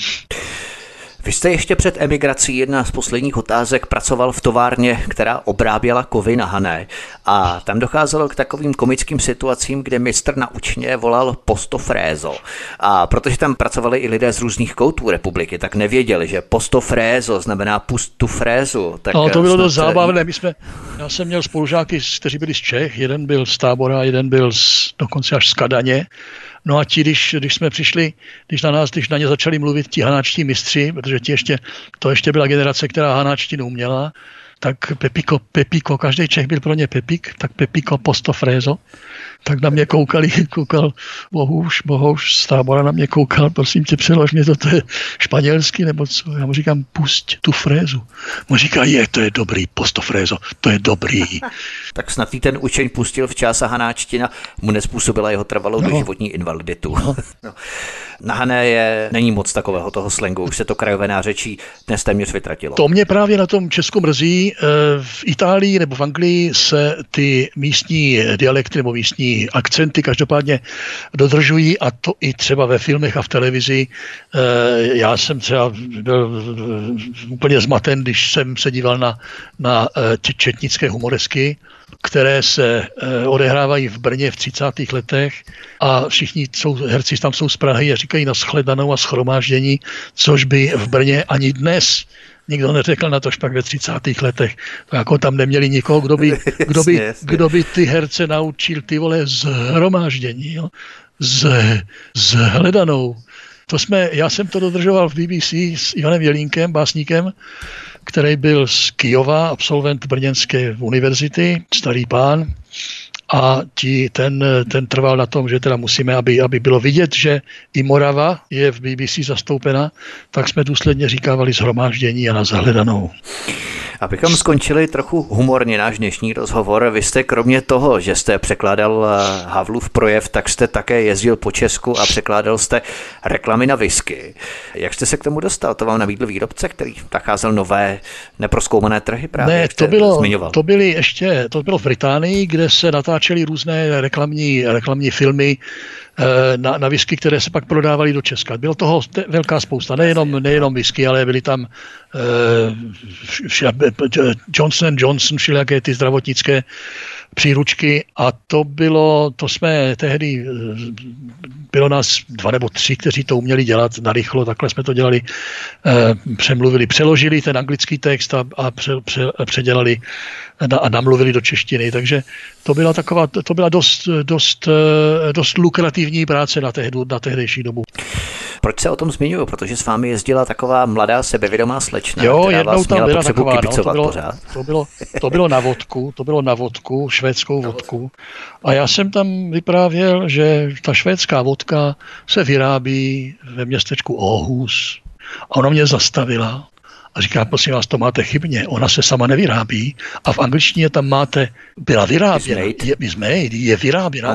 Vy jste ještě před emigrací, jedna z posledních otázek, pracoval v továrně, která obráběla kovy na Hané a tam docházelo k takovým komickým situacím, kde mistr na učně volal posto frézo. A protože tam pracovali i lidé z různých koutů republiky, tak nevěděli, že posto frézo znamená pust tu frézu. Tak no, to bylo dost zábavné. Já jsem měl spolužáky, kteří byli z Čech, jeden byl z Tábora, jeden byl dokonce až z Kadaně. No a ti, když jsme přišli, když na ně začali mluvit ti hanáčtí mistři, protože to ještě byla generace, která hanáčtinu uměla, tak Pepiko, každý Čech byl pro ně Pepik, tak Pepiko posto frézo, tak na mě koukal Bohuš z Tábora na mě koukal, prosím tě, přelož mě to je španělsky, nebo co, já mu říkám, pusť tu frézu. On říká, to je dobrý, posto frézo, to je dobrý. Tak snad ten učeň pustil včas a hanáčtina mu nezpůsobila jeho trvalou doživotní invaliditu. No. Na Hané není moc takového toho slangu, už se to krajové nářečí dnes téměř vytratilo. To mě právě na tom Česku mrzí. V Itálii nebo v Anglii se ty místní dialekty nebo místní akcenty každopádně dodržují a to i třeba ve filmech a v televizi. Já jsem třeba byl úplně zmaten, když jsem se díval na četnické humoresky, které se odehrávají v Brně v 30. letech a všichni herci tam jsou z Prahy a říkají na shledanou a shromáždění, což by v Brně ani dnes nikdo neřekl, na tož pak ve 30. letech. To jako tam neměli nikoho, kdo by ty herce naučil ty vole shromáždění, jo? S hledanou. Já jsem to dodržoval v BBC s Ivanem Jelínkem, básníkem, který byl z Kyjova, absolvent Brněnské univerzity, starý pán. A ten trval na tom, že teda musíme, aby bylo vidět, že i Morava je v BBC zastoupena, tak jsme důsledně říkávali shromáždění a na zahledanou. Abychom skončili trochu humorně náš dnešní rozhovor, vy jste kromě toho, že jste překládal Havlův projev, tak jste také jezdil po Česku a překládal jste reklamy na whisky. Jak jste se k tomu dostal? To vám nabídl výrobce, který nacházel nové neprozkoumané trhy právě? Ne, to bylo v Británii, kde se natáčely různé reklamní filmy na whisky, které se pak prodávaly do Česka. Bylo toho velká spousta, nejenom whisky, ale byly tam Johnson & Johnson, všelijaké ty zdravotnické příručky a to jsme tehdy, bylo nás 2 nebo 3, kteří to uměli dělat narychlo, takhle jsme to dělali, přeložili ten anglický text a předělali a namluvili do češtiny, takže to byla dost lukrativní práce na tehdejší dobu. Proč se o tom zmiňuju? Protože s vámi jezdila taková mladá sebevědomá slečna, jo, která vás měla potřebu kibicovat pořád. To bylo na vodku, švédskou vodku. A já jsem tam vyprávěl, že ta švédská vodka se vyrábí ve městečku Åhus. A ona mě zastavila a říká, prosím vás, to máte chybně, ona se sama nevyrábí a v angličtině tam máte, byla vyráběna, je vyráběna,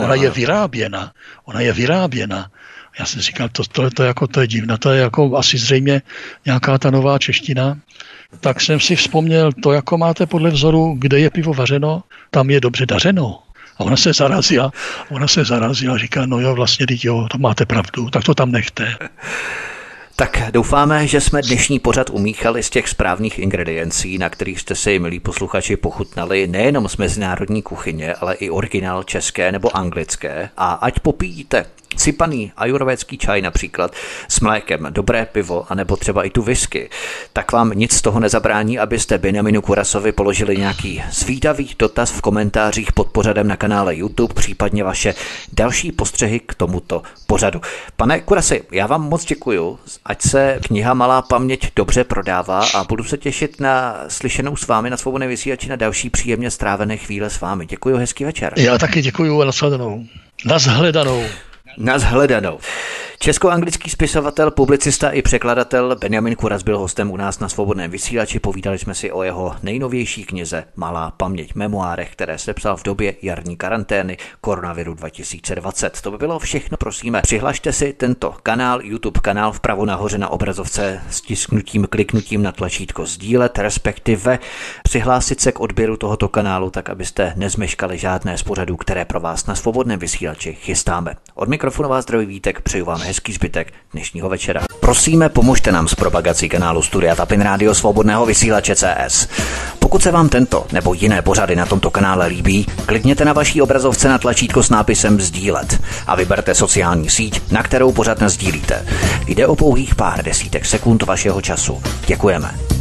ona je vyráběna. Já jsem říkal, to je divné, to je jako asi zřejmě nějaká ta nová čeština. Tak jsem si vzpomněl, to jako máte podle vzoru, kde je pivo vařeno, tam je dobře dařeno. A ona se zarazila, říká, no jo, vlastně, jo, to máte pravdu, tak to tam nechte. Tak doufáme, že jsme dnešní pořad umíchali z těch správných ingrediencí, na kterých jste si, milí posluchači, pochutnali nejenom z mezinárodní kuchyně, ale i originál české nebo anglické. A ať popíjíte sypaný ajurvédský čaj například s mlékem, dobré pivo, anebo třeba i tu whisky, tak vám nic z toho nezabrání, abyste Benjaminu Kurasovi položili nějaký zvídavý dotaz v komentářích pod pořadem na kanále YouTube, případně vaše další postřehy k tomuto pořadu. Pane Kurasi, já vám moc děkuju, ať se kniha Malá paměť dobře prodává a budu se těšit na slyšenou s vámi na Svobodném vysílači, na další příjemně strávené chvíle s vámi. Děkuju, hezký večer. Já taky děkuju a nashledanou. Nashledanou. Česko-anglický spisovatel, publicista i překladatel Benjamin Kuras byl hostem u nás na Svobodném vysílači. Povídali jsme si o jeho nejnovější knize Malá paměť, memoárech, které sepsal v době jarní karantény koronaviru 2020. To by bylo všechno, prosíme. Přihlašte si tento kanál, YouTube kanál vpravo nahoře na obrazovce stisknutím, kliknutím na tlačítko sdílet, respektive přihlásit se k odběru tohoto kanálu, tak abyste nezmeškali žádné z pořadů, které pro vás na Svobodném vysílači chystáme. Od mikrofonu vás zdraví Vítek, přeju vám hezký zbytek dnešního večera. Prosíme, pomožte nám s propagací kanálu Studia Tapin Rádio Svobodného vysílače CS. Pokud se vám tento nebo jiné pořady na tomto kanále líbí, klikněte na vaší obrazovce na tlačítko s nápisem sdílet a vyberte sociální síť, na kterou pořad nasdílíte. Jde o pouhých pár desítek sekund vašeho času. Děkujeme.